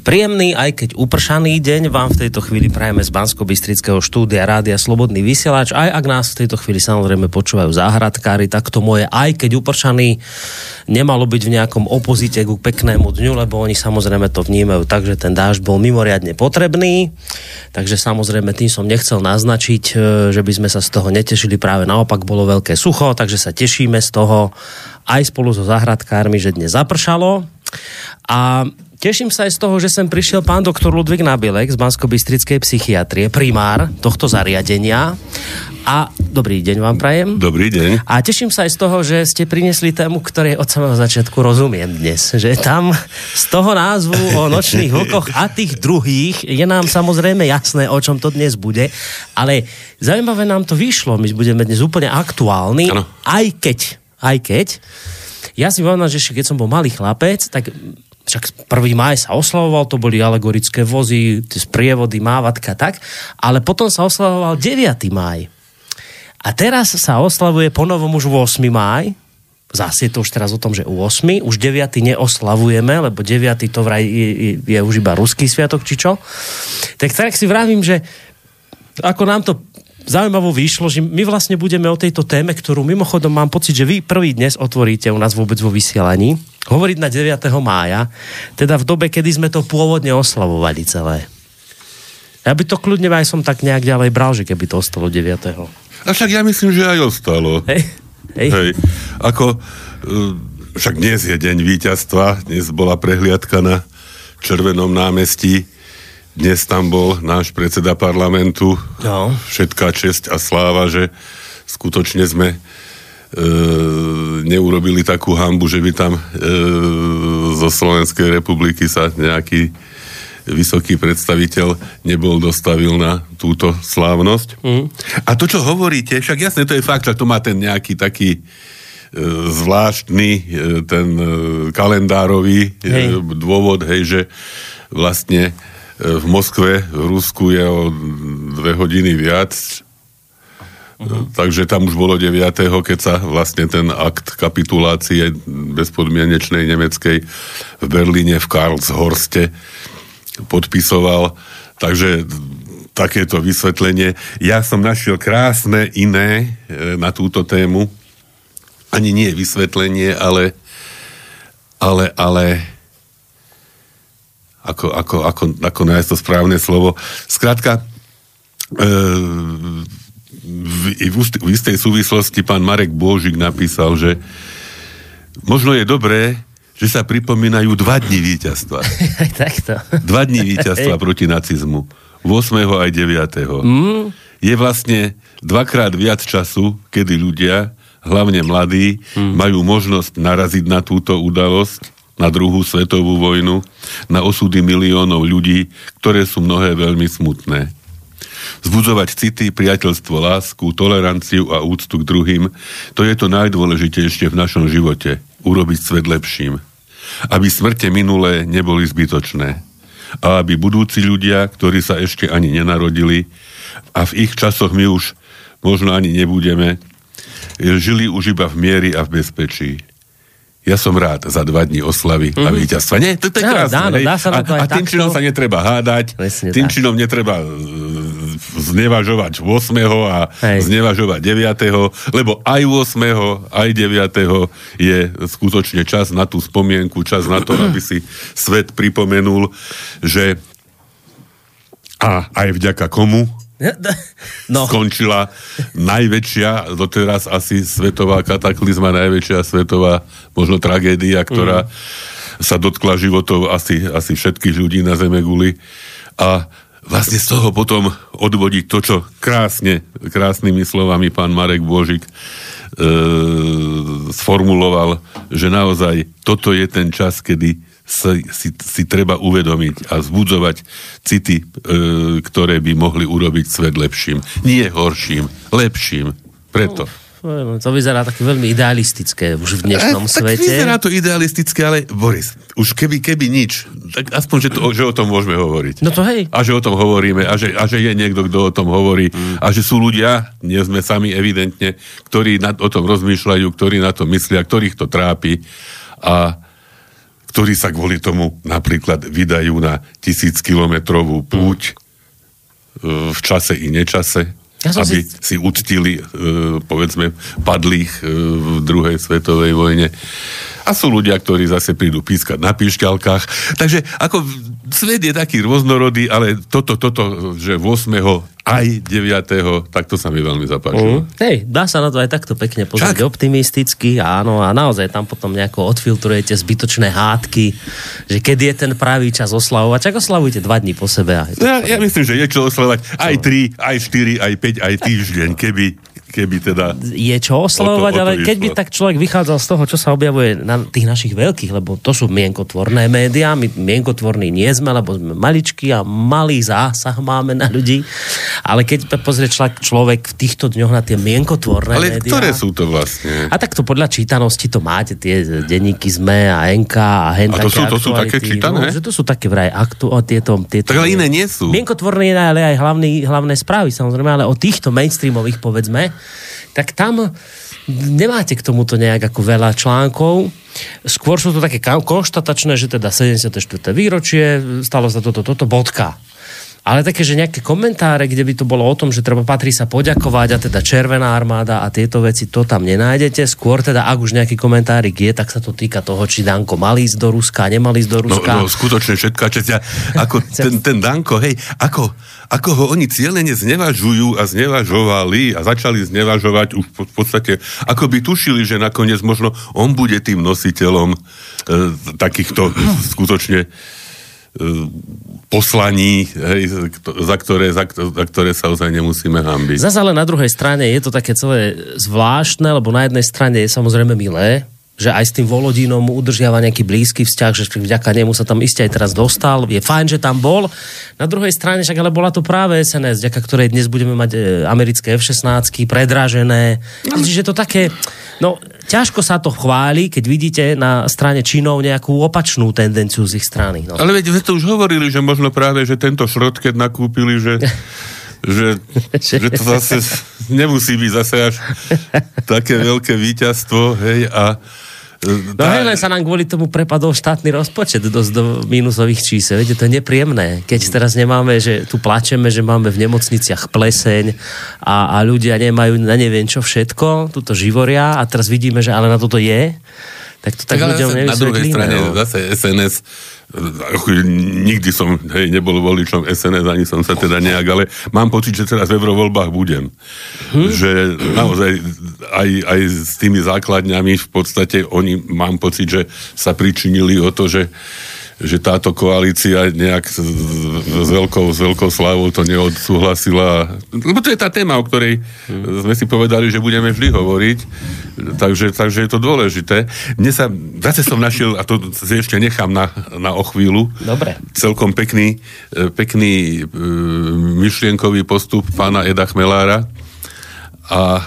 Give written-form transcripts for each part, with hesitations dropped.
Príjemný, aj keď upršaný deň vám v tejto chvíli prajeme z Banskobystrického štúdia Rádia Slobodný vysielač. Aj ak nás v tejto chvíli samozrejme počúvajú záhradkári, tak to moje aj keď upršaný nemalo byť v nejakom opozite ku peknému dňu, lebo oni samozrejme to vnímajú tak, že ten dážď bol mimoriadne potrebný. Takže samozrejme tým som nechcel naznačiť, že by sme sa z toho netešili, práve naopak bolo veľké sucho, takže sa tešíme z toho aj spolu so záhradkármi, že dnes zapršalo. A teším sa aj z toho, že sem prišiel pán doktor Ludvík Nabielek z Banskobystrickej psychiatrie, primár tohto zariadenia. A dobrý deň vám prajem. Dobrý deň. A teším sa aj z toho, že ste priniesli tému, ktorej od samého začiatku rozumiem dnes. Že tam z toho názvu o nočných vlkoch a tých druhých je nám samozrejme jasné, o čom to dnes bude. Ale zaujímavé nám to vyšlo. My budeme dnes úplne aktuálni. Ano. Aj keď. Ja si pamätám, že keď som bol malý chlapec, tak však 1. máj sa oslavoval, to boli alegorické vozy, tie sprievody, mávatka, tak. Ale potom sa oslavoval 9. máj. A teraz sa oslavuje ponovom už 8. máj. Zase je to už teraz o tom, že 8. Už 9. neoslavujeme, lebo 9. to vraj je už iba ruský sviatok, či čo. Tak si vravím, že ako nám to zaujímavo vyšlo, že my vlastne budeme o tejto téme, ktorú mimochodom mám pocit, že vy prvý dnes otvoríte u nás vôbec vo vysielaní, hovoriť na 9. mája, teda v dobe, kedy sme to pôvodne oslavovali celé. Ja by to kľudne aj som tak nejak ďalej bral, že keby to ostalo 9. A však ja myslím, že aj ostalo. Hej. Ako, však dnes je deň víťazstva, dnes bola prehliadka na Červenom námestí, dnes tam bol náš predseda parlamentu. No. Všetká česť a sláva, že skutočne sme neurobili takú hanbu, že by tam zo Slovenskej republiky sa nejaký vysoký predstaviteľ nebol dostavil na túto slávnosť. A to, čo hovoríte, však jasne, to je fakt, že to má ten nejaký taký zvláštny, ten kalendárový dôvod, hej, že vlastne v Moskve, v Rusku je o 2 hodiny viac. Takže tam už bolo 9., keď sa vlastne ten akt kapitulácie bezpodmienečnej nemeckej v Berlíne v Karlshorste podpisoval. Takže takéto vysvetlenie. Ja som našiel krásne iné na túto tému. Ani nie vysvetlenie, ale ako nájsť to správne slovo. Skrátka, v istej súvislosti pán Marek Bôžik napísal, že možno je dobré, že sa pripomínajú 2 dni víťazstva. Takto. 2 dni víťazstva proti nacizmu. 8. aj 9. Je vlastne 2-krát viac času, kedy ľudia, hlavne mladí, majú možnosť naraziť na túto udalosť, na druhú svetovú vojnu, na osudy miliónov ľudí, ktoré sú mnohé veľmi smutné. Vzbudzovať city, priateľstvo, lásku, toleranciu a úctu k druhým, to je to najdôležitejšie v našom živote. Urobiť svet lepším. Aby smrte minulé neboli zbytočné. A aby budúci ľudia, ktorí sa ešte ani nenarodili, a v ich časoch my už možno ani nebudeme, žili už iba v miery a v bezpečí. Ja som rád za 2 dní oslavy a víťazstva. Nie, to je krásne. A tým činom sa netreba hádať, presne tým činom netreba znevažovať 8. a znevažovať 9. Lebo aj 8. aj 9. je skutočne čas na tú spomienku, čas na to, aby si svet pripomenul, že a aj vďaka komu skončila najväčšia, doteraz asi svetová kataklizma, najväčšia svetová možno tragédia, ktorá sa dotkla životov asi všetkých ľudí na zemeguli. A vlastne z toho potom odvodiť to, čo krásnymi slovami pán Marek Bôžik sformuloval, že naozaj toto je ten čas, kedy si treba uvedomiť a vzbudzovať city, ktoré by mohli urobiť svet lepším. Nie horším, lepším. Preto. To vyzerá také veľmi idealistické už v dnešnom svete. Tak vyzerá to idealistické, ale Boris, už keby nič, tak aspoň, že o tom môžeme hovoriť. No to hej. A že o tom hovoríme, a že je niekto, kto o tom hovorí, a že sú ľudia, nie sme sami evidentne, ktorí o tom rozmýšľajú, ktorí na to myslia, ktorých to trápi a ktorí sa kvôli tomu napríklad vydajú na 1000-kilometrovú púť v čase i nečase, aby si uctili, povedzme, padlých v druhej svetovej vojne. A sú ľudia, ktorí zase prídu pískať na píšťalkách. Takže ako svet je taký rôznorodý, ale toto, že 8. aj 9. tak to sa mi veľmi zapáčilo. Hej, dá sa na to aj takto pekne pozrieť optimisticky, áno, a naozaj tam potom nejako odfiltrujete zbytočné hádky, že kedy je ten pravý čas oslavovať. Čak oslavujte 2 dní po sebe. Ja myslím, že je čo oslavovať aj 3, aj 4, aj 5, aj týždeň, keby teda... Je čo oslavovať, ale keď by tak človek vychádzal z toho, čo sa objavuje na tých našich veľkých, lebo to sú mienkotvorné médiá, my mienkotvorní nie sme, lebo sme maličkí a malý zásah máme na ľudí, ale keď pozrie človek v týchto dňoch na tie mienkotvorné médiá... Ale ktoré sú to vlastne? A tak to podľa čítanosti to máte, tie denníky ZME a NK a hen také aktuality. To sú také čítané? No, to sú také vraj tieto... Tak ale iné nie sú. Mienkotvorné, ale aj hlavné správy, samozrejme, ale o týchto mainstreamových, povedzme, tak tam nemáte k tomuto nejak ako veľa článkov. Skôr sú to také konštatačné, že teda 74. výročie, stalo sa toto, bodka. Ale také, že nejaké komentáre, kde by to bolo o tom, že patrí sa poďakovať a teda Červená armáda a tieto veci, to tam nenájdete. Skôr teda, ak už nejaký komentárik je, tak sa to týka toho, či Danko mal ísť do Ruska, nemal ísť do Ruska. No skutočne všetká časť. Ako ten Danko, hej, ako ho oni cieľene znevažujú a znevažovali a začali znevažovať už v podstate, ako by tušili, že nakoniec možno on bude tým nositeľom takýchto skutočne poslaní, hej, za ktoré sa ozaj nemusíme hanbiť. Zas ale na druhej strane je to také celé zvláštne, lebo na jednej strane je samozrejme milé, že aj s tým Volodínom udržiava nejaký blízky vzťah, že vďaka nemu sa tam iste aj teraz dostal. Je fajn, že tam bol. Na druhej strane však ale bola to práve SNS, vďaka ktorej dnes budeme mať americké F-16 predražené. Čiže to také, no ťažko sa to chváli, keď vidíte na strane Čínov nejakú opačnú tendenciu z ich strany. No. Ale veď to už hovorili, že možno práve, že tento šrot, keď nakúpili, že to zase nemusí byť zase až také veľké víťazstvo, hej, a no len sa nám kvôli tomu prepadol štátny rozpočet dosť do mínusových čísel. Viete, to je nepríjemné. Keď teraz nemáme, že tu plačeme, že máme v nemocniciach pleseň a ľudia nemajú na neviem čo všetko, tuto živoria a teraz vidíme, že ale na toto je, tak to tak ľuďom nevysvetlíme. Na druhej strane zase SNS, nikdy som nebol voličom SNS, ani som sa teda nejak, ale mám pocit, že teraz v eurovoľbách budem. Že naozaj aj s tými základňami v podstate oni, mám pocit, že sa pričinili o to, že táto koalícia nejak s veľkou slávou to neodsúhlasila. Lebo to je tá téma, o ktorej sme si povedali, že budeme vždy hovoriť. Takže je to dôležité. Mne sa, zase som našiel, a to si ešte nechám na o chvíľu. Dobre. Celkom pekný myšlienkový postup pána Eda Chmelára. A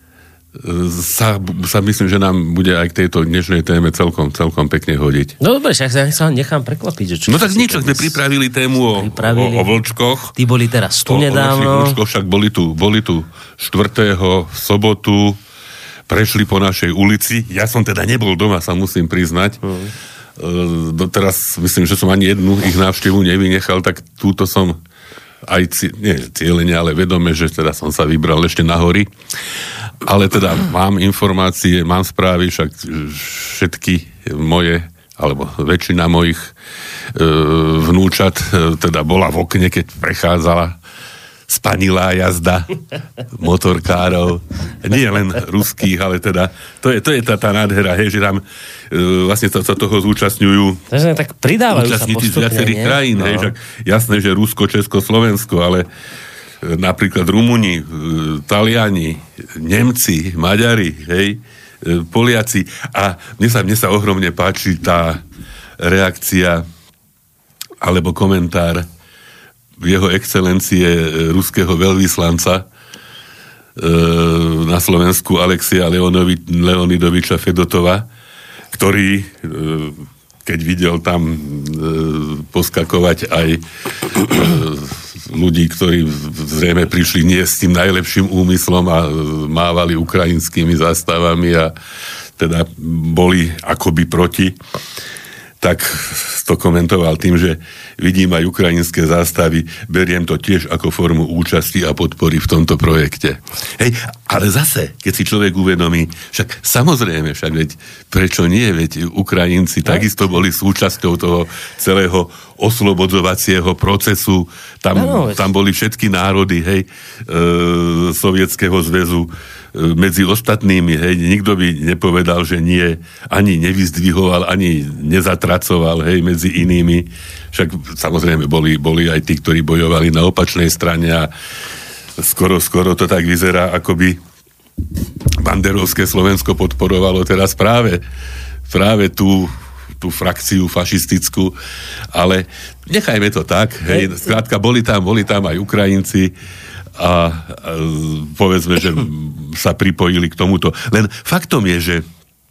sa myslím, že nám bude aj k tejto dnešnej téme celkom pekne hodiť. No dobre, však sa nechám prekvapiť. No tak niečo, sme pripravili tému o vlčkoch. Tí boli teraz tu nedávno. Vlčkoch, však boli tu 4. v sobotu, prešli po našej ulici. Ja som teda nebol doma, sa musím priznať. Doteraz myslím, že som ani jednu ich návštevu nevynechal, tak túto som aj cieľene, ale vedome, že teda som sa vybral ešte na hory. Ale teda mám informácie, mám správy, však všetky moje, alebo väčšina mojich vnúčat teda bola v okne, keď prechádzala spanilá jazda motorkárov. Nie len ruských, ale teda to je tá nádhera, hej, že tam vlastne sa toho zúčastňujú takže tak pridávajú účastníci z viacerých krajín, hej, však jasné, že Rusko, Česko, Slovensko, ale napríklad Rumúni, Taliani, Nemci, Maďari, hej, Poliaci a mne sa ohromne páči tá reakcia alebo komentár jeho excelencie ruského veľvyslanca na Slovensku Alexia Leonidoviča Fedotova, ktorý keď videl tam poskakovať aj ľudí, ktorí zrejme prišli nie s tým najlepším úmyslom a mávali ukrajinskými zástavami a teda boli akoby proti, tak to komentoval tým, že vidím aj ukrajinské zástavy, beriem to tiež ako formu účasti a podpory v tomto projekte. Hej, ale zase, keď si človek uvedomí, však samozrejme, veď prečo nie, veď Ukrajinci takisto boli súčasťou toho celého oslobodzovacieho procesu, tam boli všetky národy, hej, Sovietskeho zväzu, medzi ostatnými, hej, nikto by nepovedal, že nie, ani nevyzdvihoval, ani nezatracoval, hej, medzi inými. Však samozrejme boli aj tí, ktorí bojovali na opačnej strane a skoro to tak vyzerá, ako by banderovské Slovensko podporovalo teraz práve tú frakciu fašistickú, ale nechajme to tak, hej, skrátka boli tam aj Ukrajinci, a povedzme, že sa pripojili k tomuto. Len faktom je, že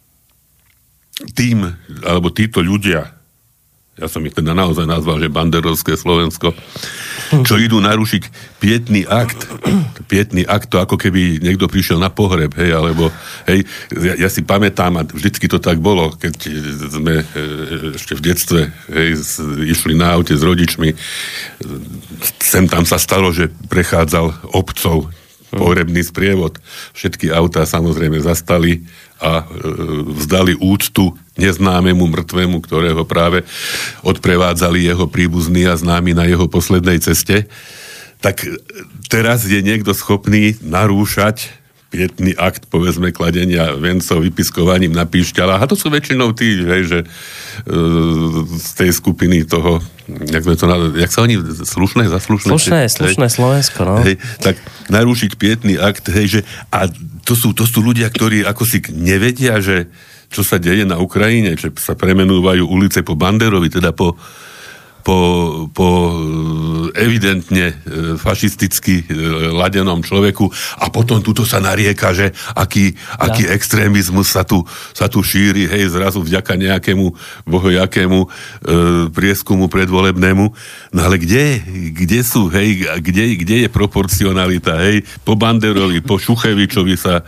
títo ľudia, ja som ich teda naozaj nazval, že banderovské Slovensko, čo idú narušiť pietný akt, to ako keby niekto prišiel na pohreb, hej, alebo, hej, ja si pamätám, a vždycky to tak bolo, keď sme ešte v detstve, hej, išli na aute s rodičmi, sem tam sa stalo, že prechádzal obcov pohrebný sprievod. Všetky autá samozrejme zastali a vzdali úctu neznámemu mŕtvemu, ktorého práve odprevádzali jeho príbuzní a známi na jeho poslednej ceste. Tak teraz je niekto schopný narúšať pietný akt, povedzme, kladenia vencov vypiskovaním na píšťalách. A to sú väčšinou tí, hej, že z tej skupiny toho, jak sa oni, slušné, zaslušné? Slušné Slovensko, no. Hej, tak narúšiť pietný akt, hej, že a to sú ľudia, ktorí ako si nevedia, že čo sa deje na Ukrajine, že sa premenúvajú ulice po Banderovi, teda po evidentne fašisticky ladenom človeku a potom tuto sa narieka, že aký extrémizmus sa tu šíri, hej, zrazu vďaka nejakému bohojakému prieskumu predvolebnému. No ale kde sú, hej, kde je proporcionalita, hej, po Banderovi, po Šuchevičovi sa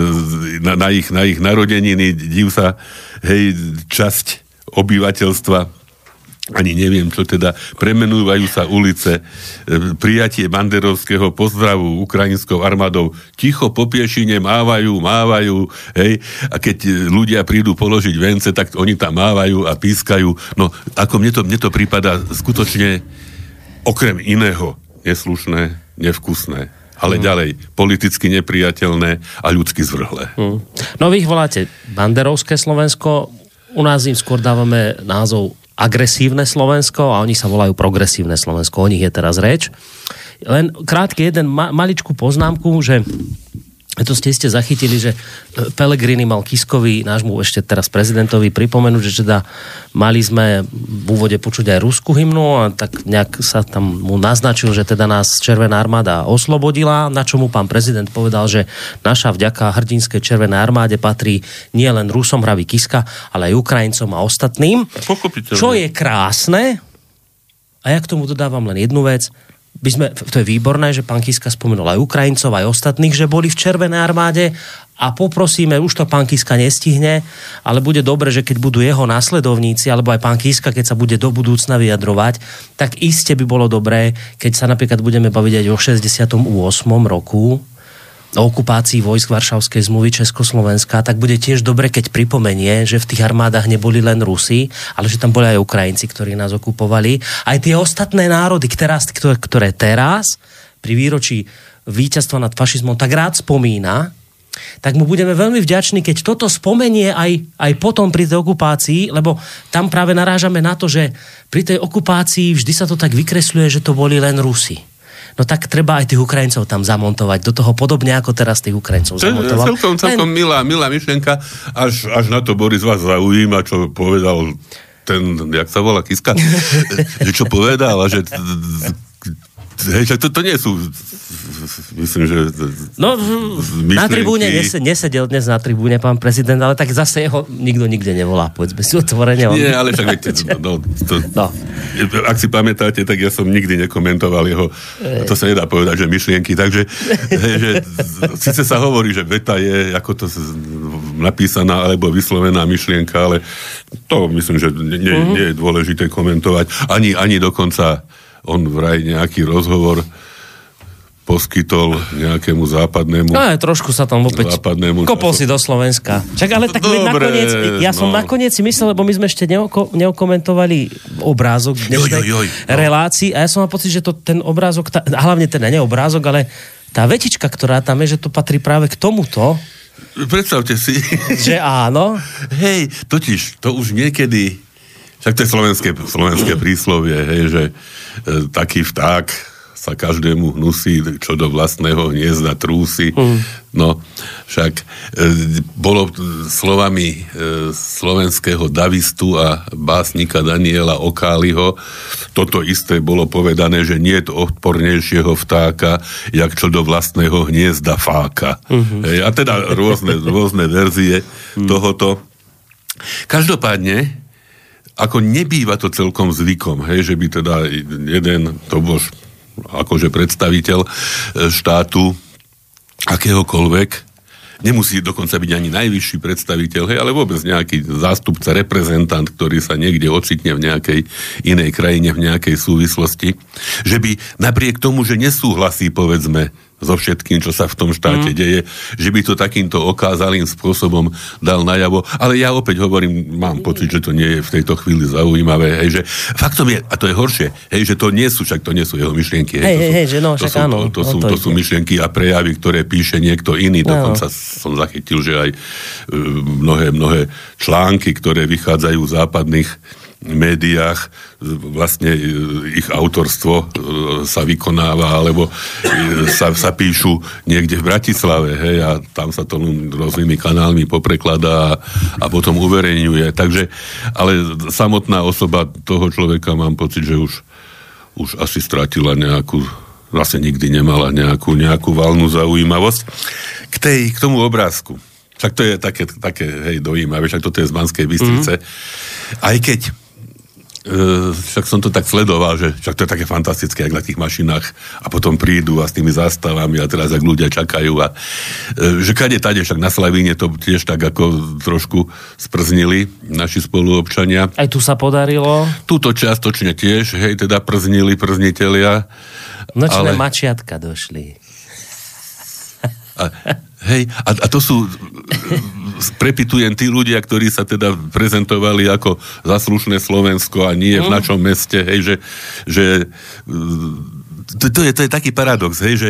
na ich narodeniny, div sa, hej, časť obyvateľstva, ani neviem čo teda, premenúvajú sa ulice, prijatie banderovského pozdravu ukrajinskou armádou, ticho po piešine mávajú, hej, a keď ľudia prídu položiť vence, tak oni tam mávajú a pískajú. No, ako mne to prípada skutočne okrem iného neslušné, nevkusné, ale ďalej politicky nepriateľné a ľudsky zvrhlé. No vy ich voláte banderovské Slovensko, u nás im skôr dávame názov agresívne Slovensko a oni sa volajú progresívne Slovensko. O nich je teraz reč. Len krátky maličkú poznámku, že to ste zachytili, že Pellegrini mal Kiskovi, nášmu ešte teraz prezidentovi, pripomenúť, že teda mali sme v úvode počuť aj ruskú hymnu a tak nejak sa tam mu naznačil, že teda nás Červená armáda oslobodila, na čo mu pán prezident povedal, že naša vďaka hrdinskej Červenej armáde patrí nie len Rusom, hraví Kiska, ale aj Ukrajincom a ostatným. Čo je krásne, a ja k tomu dodávam len jednu vec, to je výborné, že pán Kiska spomenul aj Ukrajincov, aj ostatných, že boli v Červenej armáde a poprosíme, už to pán Kiska nestihne, ale bude dobre, že keď budú jeho následovníci, alebo aj pán Kiska, keď sa bude do budúcna vyjadrovať, tak iste by bolo dobré, keď sa napríklad budeme baviť aj o 68. roku, o okupácii vojsk Varšavskej zmluvy Československa, tak bude tiež dobre, keď pripomenie, že v tých armádach neboli len Rusi, ale že tam boli aj Ukrajinci, ktorí nás okupovali. Aj tie ostatné národy, ktoré teraz pri výročí víťazstva nad fašizmom tak rád spomína, tak mu budeme veľmi vďační, keď toto spomenie aj potom pri tej okupácii, lebo tam práve narážame na to, že pri tej okupácii vždy sa to tak vykresľuje, že to boli len Rusi. No tak treba aj tých Ukrajincov tam zamontovať do toho, podobne ako teraz tých Ukrajincov zamontoval. Celkom milá myšlienka, až na to Boris vás zaujíma, čo povedal ten, jak sa volá, Kiska, že čo povedal, a že to nie sú, myslím, že no, na tribúne nesedel dnes na tribúne pán prezident, ale tak zase jeho nikto nikde nevolá, povedzme si otvorene. Nie, ale však viete, ak si pamätáte, tak ja som nikdy nekomentoval jeho, to sa nedá povedať, že myšlienky, takže že síce sa hovorí, že veta je, ako to napísaná alebo vyslovená myšlienka, ale to myslím, že nie je dôležité komentovať. Ani dokonca on vraj nejaký rozhovor poskytol nejakému západnému... No trošku sa tam opäť kopol si do Slovenska. Čak, ale tak nakoniec, som nakoniec si myslel, lebo my sme ešte neokomentovali obrázok dnešnej relácii a ja som mal pocit, že to ten obrázok, hlavne ten nie obrázok, ale tá vetička, ktorá tam je, že to patrí práve k tomuto. Predstavte si. Že áno. Hej, totiž, to už niekedy, však to je slovenské príslovie, hej, že taký vták sa každému hnusí, čo do vlastného hniezda trúsi. No, však bolo slovami slovenského davistu a básnika Daniela Okáliho, toto isté bolo povedané, že nie je to odpornejšieho vtáka, jak čo do vlastného hniezda fáka. Hej, a teda rôzne verzie tohoto. Každopádne, ako nebýva to celkom zvykom, hej, že by teda jeden, to bol akože predstaviteľ štátu akéhokoľvek, nemusí dokonca byť ani najvyšší predstaviteľ, hej, ale vôbec nejaký zástupca, reprezentant, ktorý sa niekde ocitne v nejakej inej krajine, v nejakej súvislosti, že by napriek tomu, že nesúhlasí, povedzme, so všetkým, čo sa v tom štáte deje, že by to takýmto okázalým spôsobom dal najavo. Ale ja opäť hovorím, mám pocit, že to nie je v tejto chvíli zaujímavé. Hej, že faktom je, a to je horšie, hej, že to nie sú jeho myšlienky. To sú myšlienky a prejavy, ktoré píše niekto iný. Dokonca som zachytil, že aj mnohé články, ktoré vychádzajú v západných médiách, vlastne ich autorstvo sa vykonáva, alebo sa píšu niekde v Bratislave, hej, a tam sa to rôznymi kanálmi poprekladá a potom uverejňuje. Takže, ale samotná osoba toho človeka, mám pocit, že už asi stratila vlastne nikdy nemala nejakú valnú zaujímavosť. K tomu obrázku. Však to je také hej, dojímavé, však toto je z Banskej Bystrice. Aj keď však som to tak sledoval, že však to je také fantastické, jak na tých mašinách a potom prídu a s tými zástavami a teraz ak ľudia čakajú a že kade-tade, však na Slavíne to tiež tak ako trošku sprznili naši spoluobčania. Aj tu sa podarilo? Tuto čiastočne tiež, hej, teda prznitelia. Nočné mačiatka došli. A to sú, prepitujem, tí ľudia, ktorí sa teda prezentovali ako zaslušné Slovensko a nie v našom meste, hej, že to je taký paradox, hej, že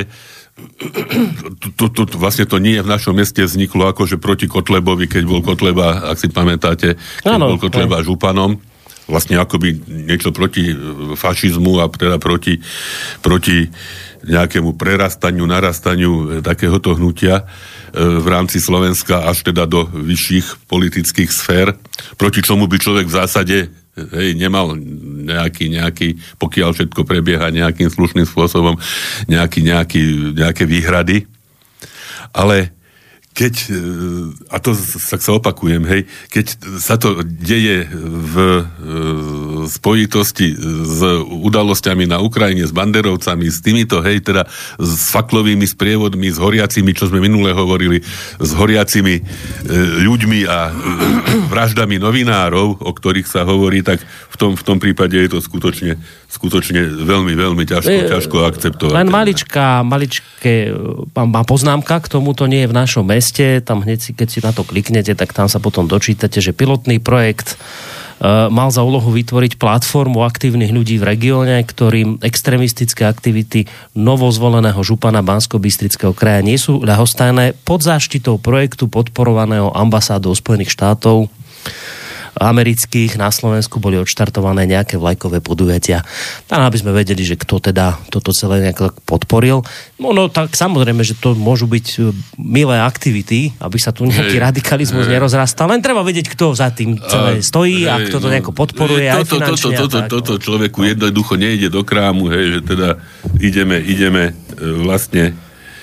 vlastne to nie v našom meste vzniklo akože proti Kotlebovi, keď bol Kotleba, ak si pamätáte, bol Kotleba županom, vlastne akoby niečo proti fašizmu a teda proti nejakému prerastaniu, narastaniu takéhoto hnutia v rámci Slovenska až teda do vyšších politických sfér, proti čomu by človek v zásade nemal nejaký, pokiaľ všetko prebieha nejakým slušným spôsobom, nejaké výhrady. Ale keď, a to sa opakujem, hej, keď sa to deje v spojitosti s udalosťami na Ukrajine, s banderovcami, s týmito, hej, teda s faklovými sprievodmi, s horiacimi, čo sme minule hovorili, s horiacimi ľuďmi a vraždami novinárov, o ktorých sa hovorí, tak v tom prípade je to skutočne veľmi, veľmi ťažko akceptovať. Len maličké poznámka k tomuto nie je v našom meste, tam hneď keď si na to kliknete, tak tam sa potom dočítate, že pilotný projekt mal za úlohu vytvoriť platformu aktívnych ľudí v regióne, ktorým extrémistické aktivity novozvoleného župana Banskobystrického kraja nie sú ľahostajné. Pod záštitou projektu podporovaného ambasádou Spojených štátov amerických na Slovensku boli odštartované nejaké vlajkové podujatia. Tam, aby sme vedeli, že kto teda toto celé nejak podporil. No tak samozrejme, že to môžu byť milé aktivity, aby sa tu nejaký radikalizmus nerozrastal. Len treba vedieť, kto za tým celé stojí a kto to nejako podporuje aj finančne. Toto človeku jednoducho nejde do krámu, hej, že teda ideme vlastne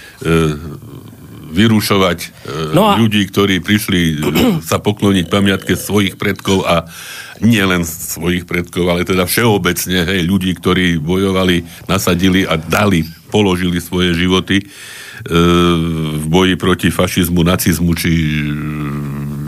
vyrušovať ľudí, ktorí prišli sa pokloniť pamiatke svojich predkov a nie len svojich predkov, ale teda všeobecne, hej, ľudí, ktorí bojovali, nasadili a položili svoje životy v boji proti fašizmu, nacizmu či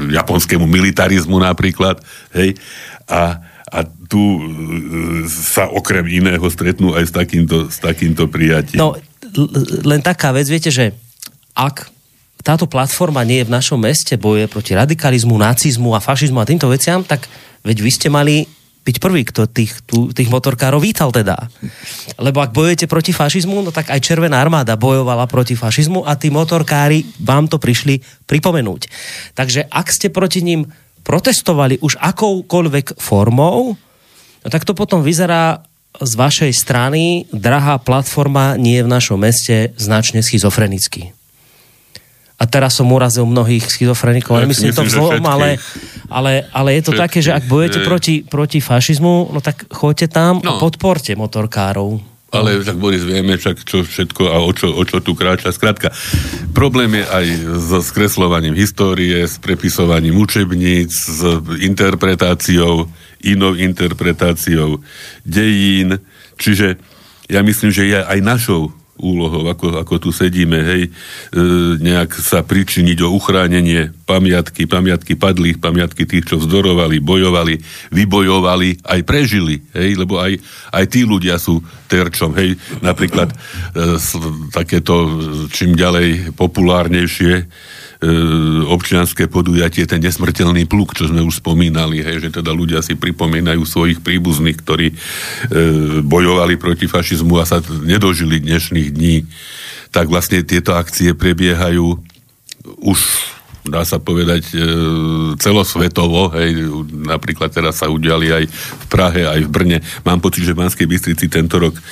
japonskému militarizmu napríklad, hej, a tu sa okrem iného stretnú aj s takýmto prijatím. No, len taká vec, viete, že ak táto platforma nie je v našom meste, boje proti radikalizmu, nacizmu a fašizmu a týmto veciam, tak veď vy ste mali byť prvý, kto tých motorkárov vítal teda. Lebo ak bojujete proti fašizmu, no tak aj Červená armáda bojovala proti fašizmu a tí motorkári vám to prišli pripomenúť. Takže ak ste proti ním protestovali už akoukoľvek formou, no tak to potom vyzerá z vašej strany, drahá platforma nie je v našom meste značne schizofrenicky. A teraz som urazil mnohých schizofrenikov, nemyslím to vzlom, ale je to také, že ak bojujete proti fašizmu, no tak choďte tam a podporte motorkárov. Ale tak Boris, vieme však čo všetko a o čo tu kráča. Skrátka, problém je aj so skreslovaním histórie, s prepisovaním učebníc, s interpretáciou, inou interpretáciou dejín. Čiže ja myslím, že je aj našou úlohou, ako tu sedíme, hej, nejak sa pričiniť o uchránenie pamiatky padlých, pamiatky tých, čo vzdorovali, bojovali, vybojovali, aj prežili, hej, lebo aj tí ľudia sú terčom, hej, napríklad takéto čím ďalej populárnejšie občianske podujatie, ten nesmrteľný pluk, čo sme už spomínali, hej, že teda ľudia si pripomínajú svojich príbuzných, ktorí bojovali proti fašizmu a sa nedožili dnešných dní. Tak vlastne tieto akcie prebiehajú už, dá sa povedať, celosvetovo, hej, napríklad teraz sa udiali aj v Prahe, aj v Brne. Mám pocit, že v Banskej Bystrici tento rok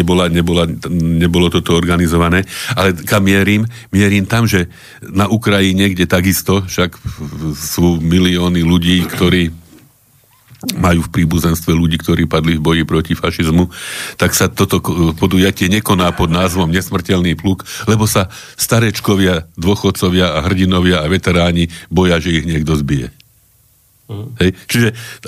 nebolo toto organizované, ale kam mierim tam, že na Ukrajine, kde takisto, však sú milióny ľudí, ktorí majú v príbuzenstve ľudí, ktorí padli v boji proti fašizmu, tak sa toto podujatie nekoná pod názvom Nesmrteľný pluk, lebo sa starečkovia, dôchodcovia a hrdinovia a veteráni boja, že ich niekto zbije. Hej? Čiže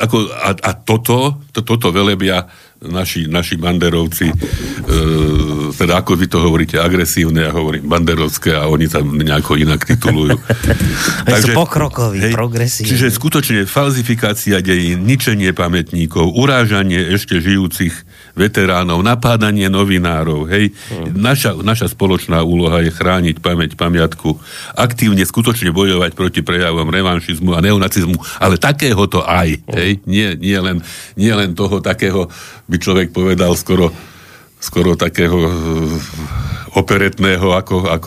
toto velebia naši banderovci, teda ako vy to hovoríte, agresívne, ja hovorím banderovské a oni sa nejako inak titulujú. Takže pokrokoví, progresívni. Čiže skutočne falzifikácia dejín, ničenie pamätníkov, urážanie ešte žijúcich veteránov, napádanie novinárov, hej. Naša spoločná úloha je chrániť pamiatku, aktívne skutočne bojovať proti prejavom revanšizmu a neonacizmu, ale takéhoto aj, hej. Nie len toho takého, by človek povedal, skoro takého operetného, ako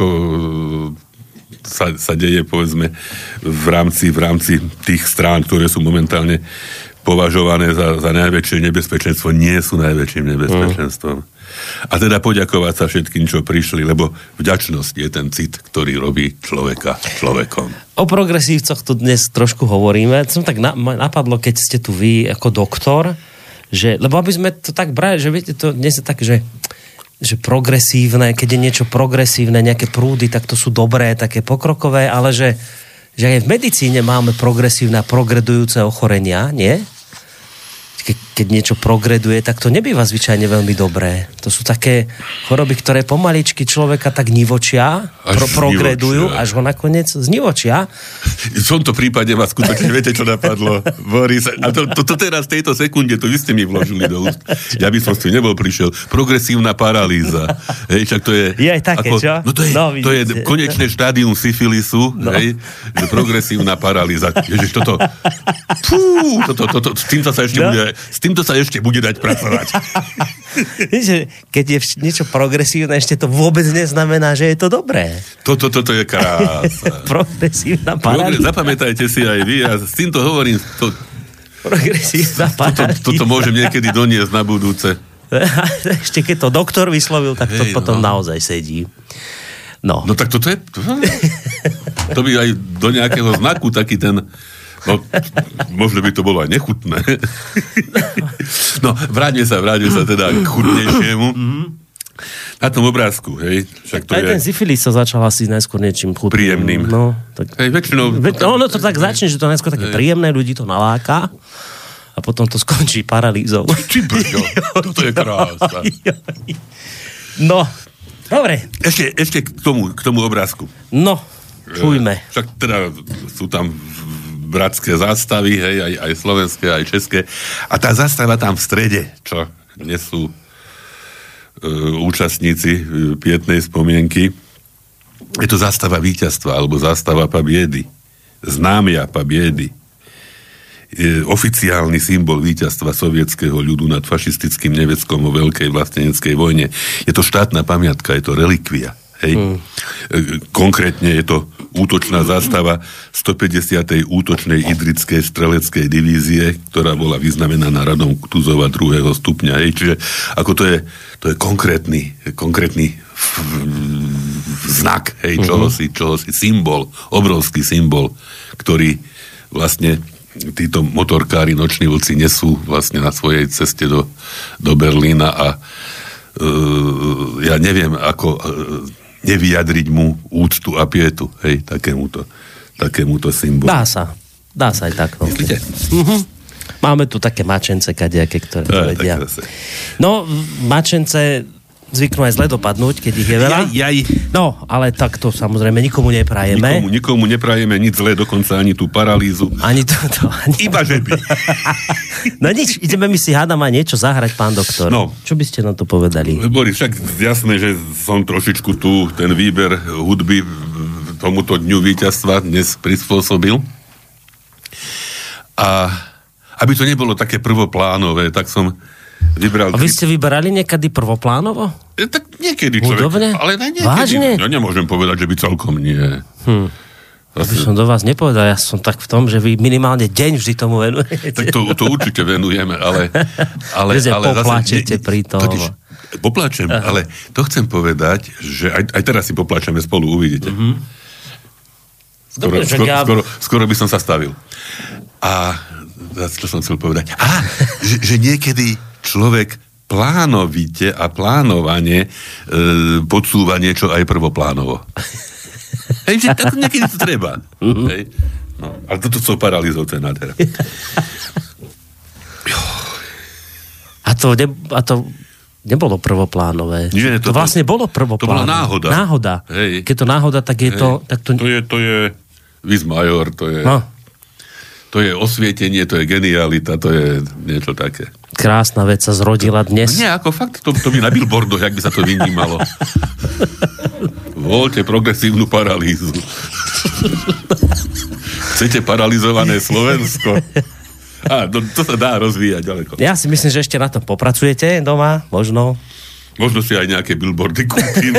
sa deje, povedzme, v rámci tých strán, ktoré sú momentálne považované za najväčšie nebezpečenstvo, nie sú najväčším nebezpečenstvom. A teda poďakovať sa všetkým, čo prišli, lebo vďačnosť je ten cit, ktorý robí človeka človekom. O progresívcoch tu dnes trošku hovoríme. Som tak napadlo, keď ste tu vy ako doktor, že, lebo aby sme to tak brali, že viete, to dnes je tak, že progresívne, keď je niečo progresívne, nejaké prúdy, tak to sú dobré, také pokrokové, ale že aj v medicíne máme progresívne a progredujúce ochorenia, nie? Keď niečo progreduje, tak to nebýva zvyčajne veľmi dobré. To sú také choroby, ktoré pomaličky človeka tak nivočia, progredujú, až ho nakoniec znivočia. V tomto prípade ma skutočne, viete, čo napadlo, Boris? A to teraz v tejto sekunde, to vy ste mi vložili do úst. Ja by som s tým nebol prišiel. Progresívna paralýza. Hej, čak to je... Je aj také, čo? No to je konečné štádium syfilisu, hej, že progresívna paralýza. Ježiš, s týmto sa ešte bude dať pracovať. Keď je niečo progresívne, ešte to vôbec neznamená, že je to dobré. Toto je krása. Progresívna paralýza. Zapamätajte si aj vy, a s týmto hovorím, progresívna paralýza. Toto môžem niekedy doniesť na budúce. Ešte keď to doktor vyslovil, tak to potom naozaj sedí. No tak toto je... To by aj do nejakého znaku taký ten... No, možno by to bolo aj nechutné. No, vráťme sa teda k chutnejšiemu. Na tom obrázku, hej. Však to aj ten syfilis sa začal asi najskôr niečím chutným. Príjemným. No, tak... Hej, väčšinou... Ono to tak začne, že to najskôr také príjemné, ľudí to naláka a potom to skončí paralýzou. Či brďo, toto je krása. No, dobre. Ešte k tomu obrázku. No, čujme. Však teda sú tam bratské zástavy, hej, aj slovenské, aj české. A tá zástava tam v strede, čo nesú účastníci pietnej spomienky, je to zástava víťazstva, alebo zástava pabiedy. Známia pabiedy. Je oficiálny symbol víťazstva sovietského ľudu nad fašistickým Nemeckom vo veľkej vlasteneckej vojne. Je to štátna pamiatka, je to relikvia. Hej. Konkrétne je to útočná zástava 150. útočnej idrickej streleckej divízie, ktorá bola vyznamenaná radom Kutuzova 2. stupňa. Hej. Čiže ako to je konkrétny znak, hej, čohosi, symbol, obrovský symbol, ktorý vlastne títo motorkári, noční vlci nesú vlastne na svojej ceste do Berlína a ja neviem, ako nevyjadriť mu úctu a pietu, hej, takémuto symbolu. Dá sa aj tak. Myslíte? Máme tu také mačence kadejaké, ktoré povedia. No, mačence zvyknú aj zle dopadnúť, keď ich je veľa. No, ale tak to samozrejme nikomu neprajeme. Nikomu neprajeme nič zlé, dokonca ani tú paralýzu. Ani to. Iba že by. No nič, ideme mi si hádam aj niečo zahrať, pán doktor. No. Čo by ste na to povedali? Boris, však jasné, že som trošičku tu ten výber hudby tomuto dňu víťazstva dnes prispôsobil. A aby to nebolo také prvoplánové, tak som vybral... A vy ste vyberali niekedy prvoplánovo? Tak niekedy človek. Hudobne? Ale niekedy. Vážne? Ja nemôžem povedať, že by celkom nie. By som do vás nepovedal, ja som tak v tom, že vy minimálne deň vždy tomu venujete. Tak to určite venujeme, ale popláčete pri tom. Popláčem, ale to chcem povedať, že aj teraz si popláčeme spolu, uvidíte. Skoro by som sa stavil. A čo som chcel povedať? Že niekedy človek plánovite a plánovane podsúva niečo aj prvoplánovo. Hej, že niekedy to treba. Hej. No, ale toto sú paralýzou, to je nádhera. A to nebolo prvoplánové. Nie, to vlastne bolo prvoplánové. To bola náhoda. Hej. Keď to náhoda, tak je to... Tak to je vis major, to je... No. To je osvietenie, to je genialita, to je niečo také. Krásna vec sa zrodila dnes. Nie, ako fakt, to by na billboardoch, jak by sa to vynímalo. Voľte progresívnu paralýzu. Chcete paralizované Slovensko? To sa dá rozvíjať ďaleko. Ja si myslím, že ešte na tom popracujete doma, možno. Možno si aj nejaké billboardy kúpim.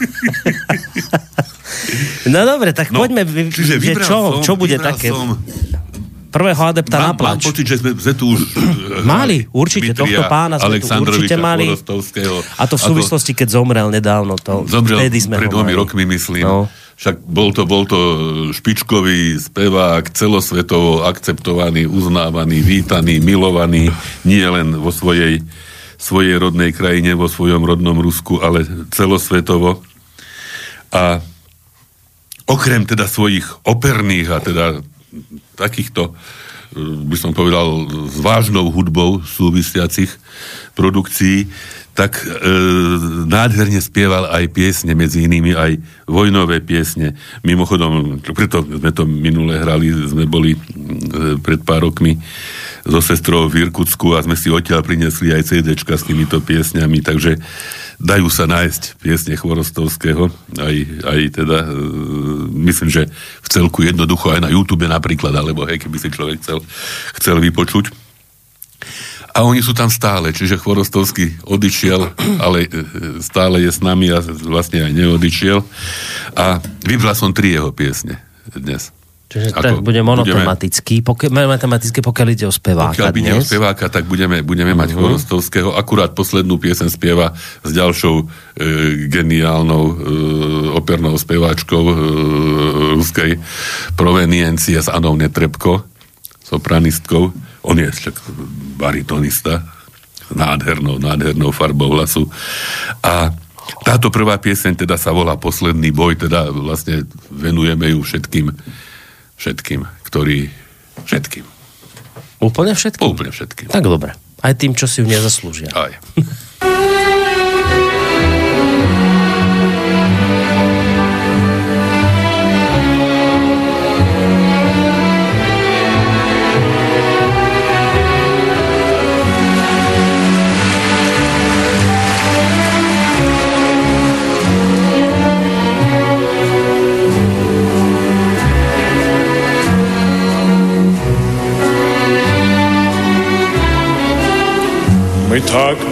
No dobre, tak poďme, že čo bude také... Prvého adepta na plač. Mám pocit, že sme tu už mali, určite, tohto pána sme tu určite mali. A to v súvislosti, keď zomrel nedávno. Zomrel pred 2 rokmi, myslím. No. Však bol to špičkový spevák, celosvetovo akceptovaný, uznávaný, vítaný, milovaný, nie len vo svojej rodnej krajine, vo svojom rodnom Rusku, ale celosvetovo. A okrem teda svojich operných a teda takýchto, by som povedal, s vážnou hudbou súvisiacich produkcií, tak nádherne spieval aj piesne, medzi inými aj vojnové piesne. Mimochodom, preto sme to minule hrali, sme boli pred pár rokmi so sestrou v Irkutsku a sme si odtiaľ priniesli aj CD-čka s týmito piesňami, takže dajú sa nájsť piesne Chvorostovského, aj teda, myslím, že v celku jednoducho aj na YouTube napríklad, alebo hej, keby si človek chcel vypočuť. A oni sú tam stále, čiže Chvorostovský odišiel, ale stále je s nami a vlastne aj neodišiel. A vybral som 3 jeho piesne dnes. Čiže tak bude monotematický, pokiaľ ide o speváka. Pokiaľ ide o speváka, tak budeme mať Chvorostovského. Akurát poslednú piesen spieva s ďalšou geniálnou opernou speváčkou ruskej proveniencie s Anou Netrebko, sopranistkou. On je baritonista, nádhernou farbou hlasu. A táto prvá pieseň teda sa volá Posledný boj, teda vlastne venujeme ju všetkým, ktorí... Všetkým. Úplne všetkým? Úplne všetkým. Tak dobre. Aj tým, čo si ju nezaslúžia. Aj.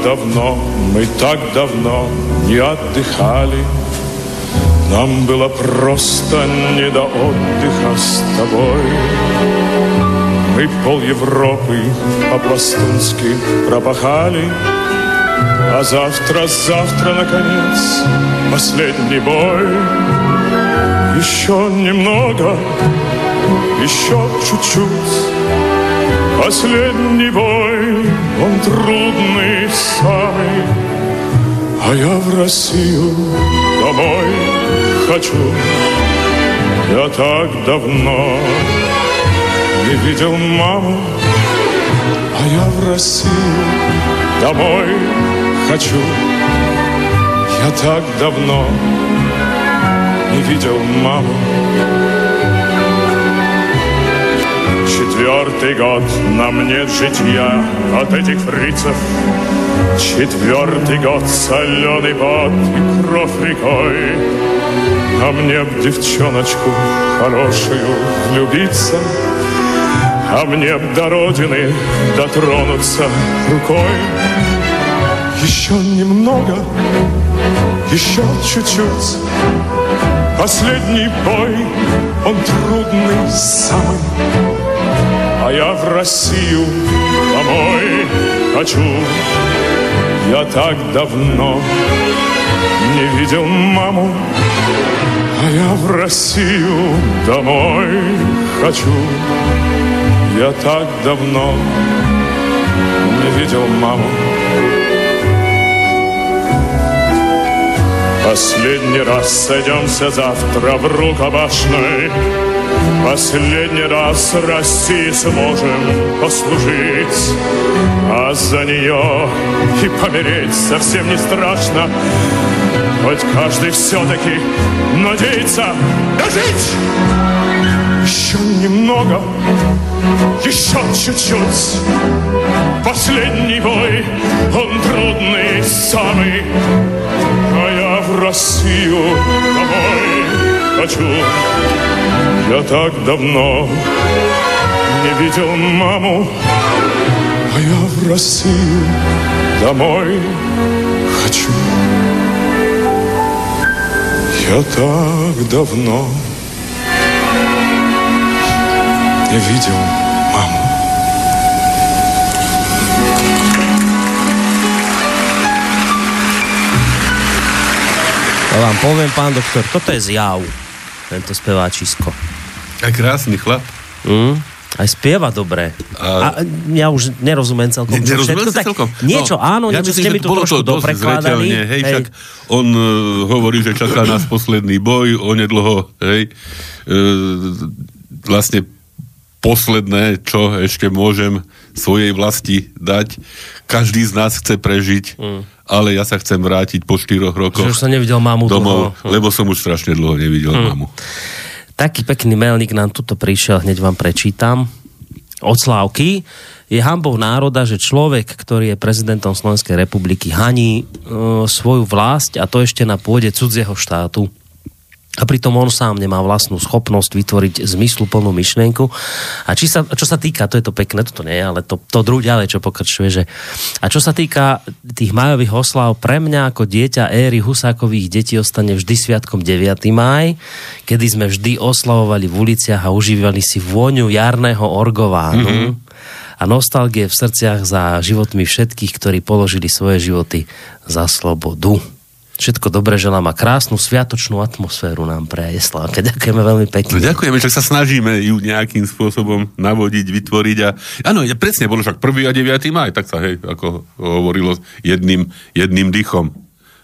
мы так давно не отдыхали. Нам было просто не до отдыха с тобой. Мы пол Европы по-пластунски пропахали. А завтра, наконец, последний бой. Еще немного, еще чуть-чуть. Последний бой, он трудный самый. А я в Россию домой хочу. Я так давно не видел маму. А я в Россию домой хочу. Я так давно не видел маму. 4-й год нам нет житья от этих фрицев. 4-й год соленый пот и кровь рекой. А мне б девчоночку хорошую влюбиться, а мне б до родины дотронуться рукой. Еще немного, еще чуть-чуть. Последний бой, он трудный самый. А я в Россию домой хочу. Я так давно не видел маму. А я в Россию домой хочу. Я так давно не видел маму. Последний раз сойдемся завтра в рукопашной. Последний раз России сможем послужить. А за нее и помереть совсем не страшно. Хоть каждый все-таки надеется дожить. Еще немного, еще чуть-чуть. Последний бой, он трудный самый. А я в Россию домой хочу. Я так давно не видел маму. А я в Россию домой хочу. Я так давно не видел маму. Ja vám poviem, pán doktor, toto je zjav, tento speváčisko. A krásny chlap. Aj spieva dobre. A ja už nerozumiem celkom. Nerozumiem celkom? Niečo, áno, ja ste mi tu trošku doprekladali. Hej, však on hovorí, že čaká nás posledný boj, onedlho, hej, vlastne posledné, čo ešte môžem svojej vlasti dať. Každý z nás chce prežiť, ale ja sa chcem vrátiť po 4 rokoch. Že už som nevidel mamu domov, lebo som už strašne dlho nevidel mamu. Taký pekný mailník nám tuto prišiel, hneď vám prečítam. Od Slávky. Je hanbou národa, že človek, ktorý je prezidentom Slovenskej republiky, haní svoju vlast, a to ešte na pôde cudzieho štátu. A pritom on sám nemá vlastnú schopnosť vytvoriť zmysluplnú myšlienku. A čo sa týka, to je to pekné, toto nie je, ale to druhé ďalej, čo pokračuje, že a čo sa týka tých majových oslav, pre mňa ako dieťa éry Husákových detí ostane vždy sviatkom 9. máj, kedy sme vždy oslavovali v uliciach a užívali si vôňu jarného orgovánu a nostalgie v srdciach za životmi všetkých, ktorí položili svoje životy za slobodu. Všetko dobre želám a krásnu sviatočnú atmosféru nám praje Slávka. Ďakujeme veľmi pekne. No, ďakujeme, že sa snažíme ju nejakým spôsobom navodiť, vytvoriť a áno, presne bolo však 1. a 9. máj, tak sa hej, ako hovorilo jedným dychom,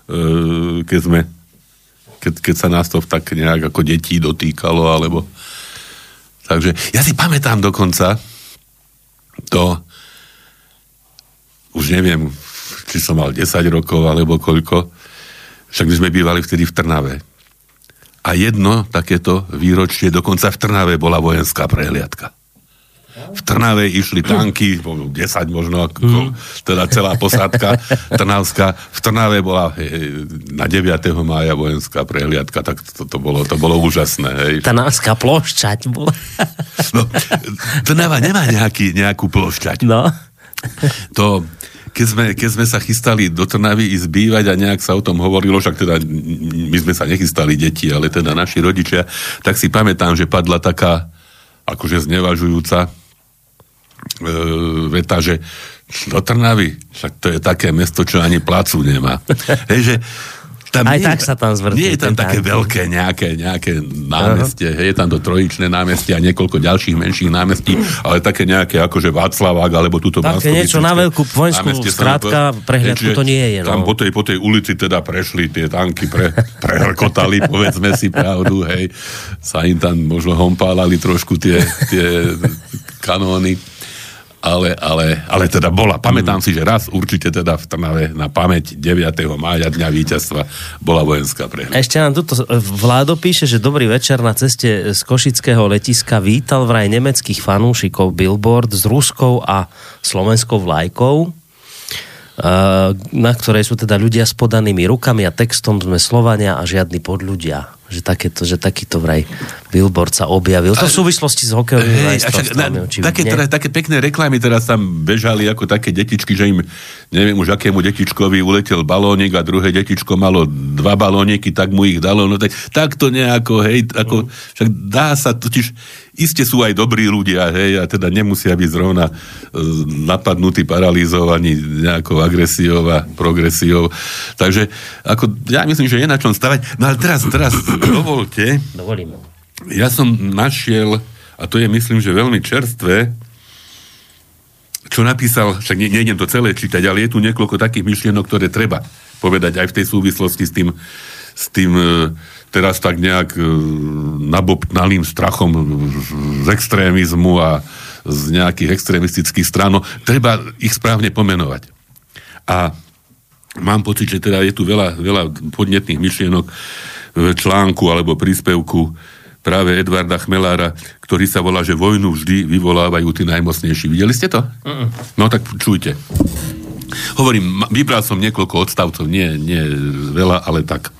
keď sa nás to tak nejak ako detí dotýkalo, alebo takže ja si pamätám dokonca to už neviem, či som mal 10 rokov alebo koľko. Však my sme bývali vtedy v Trnave. A jedno takéto výročie, dokonca v Trnave bola vojenská prehliadka. V Trnave išli tanky, 10 možno, teda celá posádka trnavská. V Trnave bola na 9. mája vojenská prehliadka, tak to bolo úžasné. Hej. Trnavská plošťať bola. No, Trnava nemá nejakú plošťať. No. To keď sme sa chystali do Trnavy ísť bývať a nejak sa o tom hovorilo, však teda my sme sa nechystali deti, ale teda naši rodičia, tak si pamätám, že padla taká akože znevažujúca veta, že do Trnavy, však to je také mesto, čo ani placu nemá. Hej, že tam aj tak sa tam zvrtí. Nie je tam také veľké nejaké námestie, je tam to trojičné námestie a niekoľko ďalších menších námestí, ale také nejaké akože Václavák, alebo túto také niečo na veľkú vojenskú skrátka prehliadku to nie je. Tam po tej ulici teda prešli tie tanky, prehrkotali, povedzme si pravdu, hej. Sa im tam možno hompálali trošku tie kanóny. Ale teda bola. Pamätám si, že raz určite teda v Trnave na pamäť 9. mája Dňa víťazstva bola vojenská prehliadka. Ešte nám tuto Vládo píše, že dobrý večer, na ceste z košického letiska vítal vraj nemeckých fanúšikov billboard s ruskou a slovenskou vlajkou, na ktorej sú teda ľudia s podanými rukami a textom sme Slovania a žiadni podľudia. Že takýto vraj billboard sa objavil. To v súvislosti s hokejovým majstrovstvami. Také pekné reklamy teraz tam bežali ako také detičky, že im, neviem už akému detičkovi uletel balónik a druhé detičko malo 2 balóniky, tak mu ich dalo. No tak to nejako, hej, ako, však dá sa, totiž iste sú aj dobrí ľudia, hej, a teda nemusia byť zrovna napadnutí, paralizovaní nejakou agresiou a progresiou. Takže ako, ja myslím, že je na čom stavať. No ale teraz dovolte. Dovolím. Ja som našiel, a to je myslím, že veľmi čerstvé, čo napísal, však nejdem to celé čítať, ale je tu niekoľko takých myšlienok, ktoré treba povedať aj v tej súvislosti s tým teraz tak nejak nabobtnalým strachom z extrémizmu a z nejakých extrémistických strán. Treba ich správne pomenovať. A mám pocit, že teda je tu veľa podnetných myšlienok v článku alebo príspevku práve Edvarda Chmelára, ktorý sa volá, že vojnu vždy vyvolávajú tí najmocnejší. Videli ste to? No tak čujte. Hovorím, vybral som niekoľko odstavcov, nie veľa, ale tak.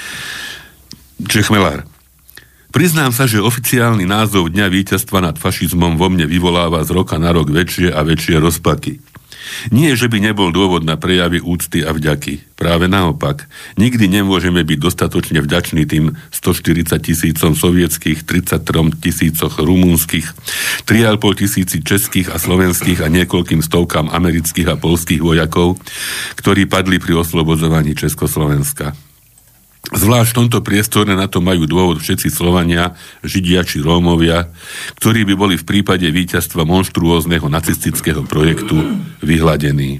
Čiže Chmelár. Priznám sa, že oficiálny názov Dňa víťazstva nad fašizmom vo mne vyvoláva z roka na rok väčšie a väčšie rozpaky. Nie, že by nebol dôvod na prejavy úcty a vďaky. Práve naopak. Nikdy nemôžeme byť dostatočne vďační tým 140 000 sovietských, 33 000 rumúnskych, 3,5 tisíci českých a slovenských a niekoľkým stovkám amerických a poľských vojakov, ktorí padli pri oslobodzovaní Československa. Zvlášť v tomto priestore na to majú dôvod všetci Slovania, Židia či Rómovia, ktorí by boli v prípade víťazstva monštruózneho nacistického projektu vyhladení.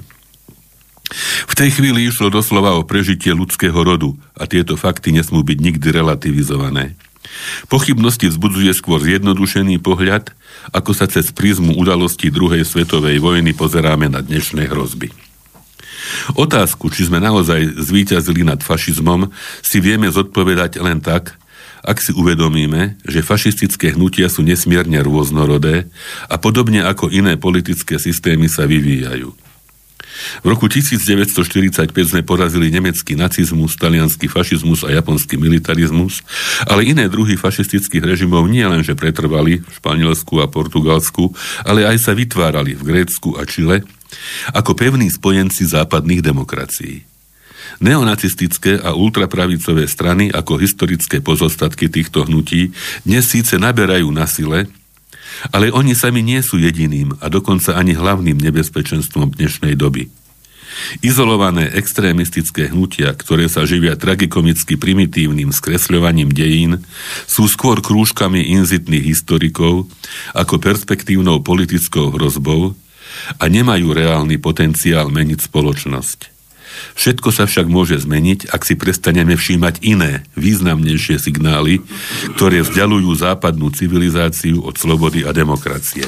V tej chvíli išlo doslova o prežitie ľudského rodu a tieto fakty nesmú byť nikdy relativizované. Pochybnosti vzbudzuje skôr zjednodušený pohľad, ako sa cez prízmu udalostí druhej svetovej vojny pozeráme na dnešné hrozby. Otázku, či sme naozaj zvíťazili nad fašizmom, si vieme zodpovedať len tak, ak si uvedomíme, že fašistické hnutia sú nesmierne rôznorodé a podobne ako iné politické systémy sa vyvíjajú. V roku 1945 sme porazili nemecký nacizmus, taliansky fašizmus a japonský militarizmus, ale iné druhy fašistických režimov nie len, že pretrvali v Španielsku a Portugalsku, ale aj sa vytvárali v Grécku a Čile ako pevní spojenci západných demokracií. Neonacistické a ultrapravicové strany ako historické pozostatky týchto hnutí dnes síce naberajú na sile, ale oni sami nie sú jediným a dokonca ani hlavným nebezpečenstvom dnešnej doby. Izolované extrémistické hnutia, ktoré sa živia tragikomicky primitívnym skresľovaním dejín, sú skôr krúžkami inzitných historikov ako perspektívnou politickou hrozbou a nemajú reálny potenciál meniť spoločnosť. Všetko sa však môže zmeniť, ak si prestaneme všímať iné, významnejšie signály, ktoré vzdialujú západnú civilizáciu od slobody a demokracie.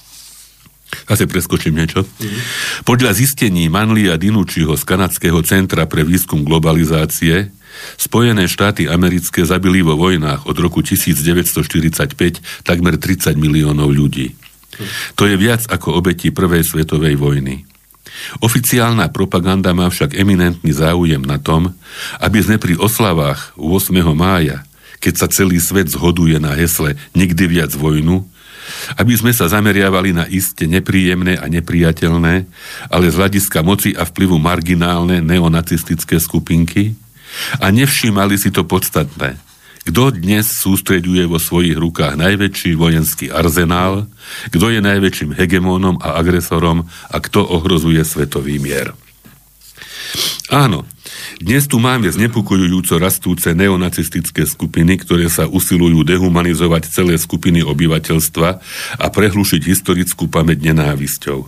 Asi preskočím niečo. Podľa zistení Manlia Dinucciho z Kanadského centra pre výskum globalizácie Spojené štáty americké zabili vo vojnách od roku 1945 takmer 30 miliónov ľudí. To je viac ako obeti prvej svetovej vojny. Oficiálna propaganda má však eminentný záujem na tom, aby sme pri oslavách 8. mája, keď sa celý svet zhoduje na hesle Nikdy viac vojnu, Aby sme sa zameriavali na iste nepríjemné a nepriateľné, ale z hľadiska moci a vplyvu marginálne neonacistické skupinky a nevšímali si to podstatné. Kto dnes sústreďuje vo svojich rukách najväčší vojenský arzenál, kto je najväčším hegemónom a agresorom a kto ohrozuje svetový mier. Áno, dnes tu máme znepokojujúco rastúce neonacistické skupiny, ktoré sa usilujú dehumanizovať celé skupiny obyvateľstva a prehlušiť historickú pamäť nenávisťou.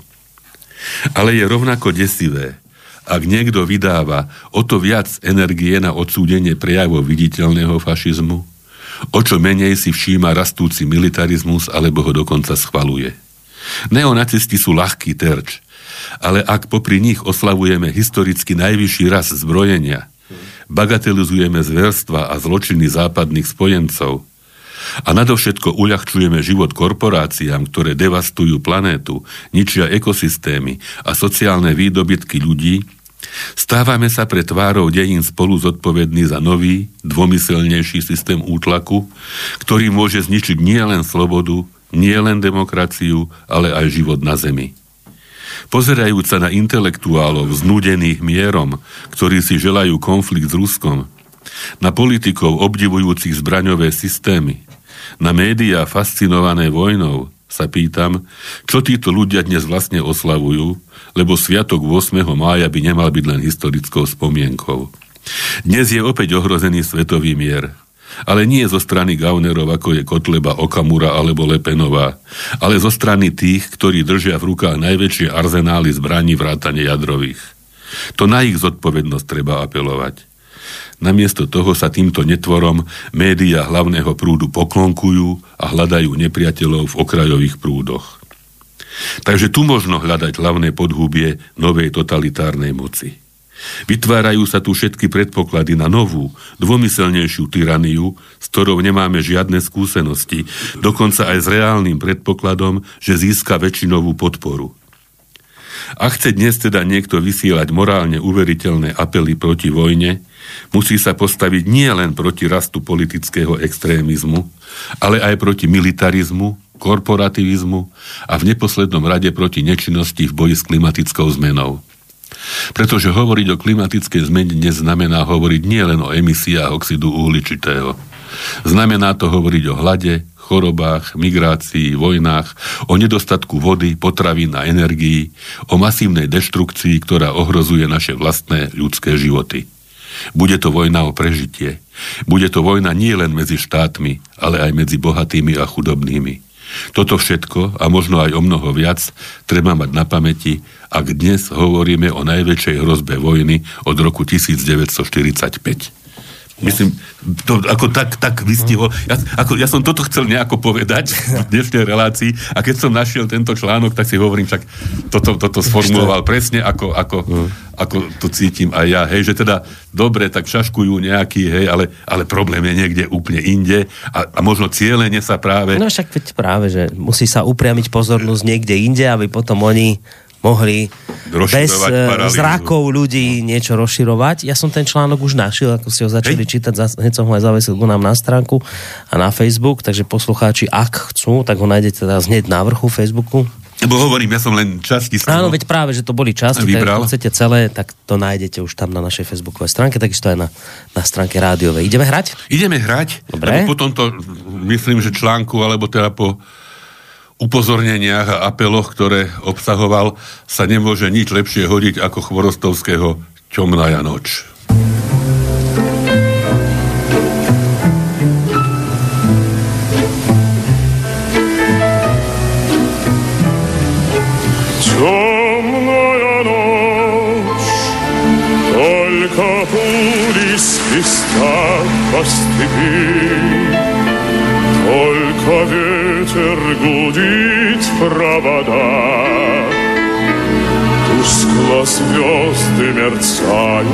Ale je rovnako desivé, ak niekto vydáva o to viac energie na odsúdenie prejavov viditeľného fašizmu, o čo menej si všíma rastúci militarizmus alebo ho dokonca schvaluje. Neonacisti sú ľahký terč, ale ak popri nich oslavujeme historicky najvyšší raz zbrojenia, bagatelizujeme zverstva a zločiny západných spojencov a nadovšetko uľahčujeme život korporáciám, ktoré devastujú planétu, ničia ekosystémy a sociálne výdobytky ľudí, stávame sa pre tvárou dejín spolu zodpovední za nový, dvomyselnejší systém útlaku, ktorý môže zničiť nielen slobodu, nielen demokraciu, ale aj život na zemi. Pozerajúc sa na intelektuálov znúdených mierom, ktorí si želajú konflikt s Ruskom, na politikov obdivujúcich zbraňové systémy, na médiá fascinované vojnou, sa pýtam, čo títo ľudia dnes vlastne oslavujú, lebo sviatok 8. mája by nemal byť len historickou spomienkou. Dnes je opäť ohrozený svetový mier. Ale nie zo strany gaunerov, ako je Kotleba, Okamura alebo Lepenová, ale zo strany tých, ktorí držia v rukách najväčšie arzenály zbraní vrátane jadrových. To na ich zodpovednosť treba apelovať. Namiesto toho sa týmto netvorom médiá hlavného prúdu poklonkujú a hľadajú nepriateľov v okrajových prúdoch. Takže tu možno hľadať hlavné podhubie novej totalitárnej moci. Vytvárajú sa tu všetky predpoklady na novú, dvomyselnejšiu tyraniu, s ktorou nemáme žiadne skúsenosti, dokonca aj s reálnym predpokladom, že získa väčšinovú podporu. A chce dnes teda niekto vysielať morálne uveriteľné apely proti vojne, musí sa postaviť nie len proti rastu politického extrémizmu, ale aj proti militarizmu, korporativizmu a v neposlednom rade proti nečinnosti v boji s klimatickou zmenou. Pretože hovoriť o klimatickej zmene dnes znamená hovoriť nielen o emisiách oxidu uhličitého. Znamená to hovoriť o hlade, chorobách, migrácii, vojnách, o nedostatku vody, potravín a energií, o masívnej deštrukcii, ktorá ohrozuje naše vlastné ľudské životy. Bude to vojna o prežitie. Bude to vojna nie len medzi štátmi, ale aj medzi bohatými a chudobnými. Toto všetko, a možno aj o mnoho viac, treba mať na pamäti, ak dnes hovoríme o najväčšej hrozbe vojny od roku 1945. Myslím, to ako tak vystiho. Ja som toto chcel nejako povedať v dnešnej relácii a keď som našiel tento článok, tak si hovorím, však toto sformuloval presne, ako to cítim aj ja. Hej, že teda dobre, tak šaškujú nejaký, hej, ale problém je niekde úplne inde a možno cielene sa práve... No však veď práve, že musí sa upriamiť pozornosť niekde inde, aby potom oni mohli bez zrakov ľudí niečo rozširovať. Ja som ten článok už našiel, ako ste ho začali čítať, hneď som ho aj zavesil nám na stránku a na Facebook, takže poslucháči, ak chcú, tak ho nájdete teraz hneď na vrchu Facebooku. Lebo hovorím, ja som len časti z toho. Áno, veď práve, že to boli časti, tak ak chcete celé, tak to nájdete už tam na našej Facebookovej stránke, takisto aj na stránke rádiovej. Ideme hrať? Ideme hrať. Dobre. Lebo po tomto, myslím, že článku, alebo teda po upozorneniach a apeloch, ktoré obsahoval, sa nemôže nič lepšie hodiť ako Chvorostovského Čomnaja noč. Темная ночь, только пули свистят по степи, только ветер гудит в проводах, тускло звезды мерцают.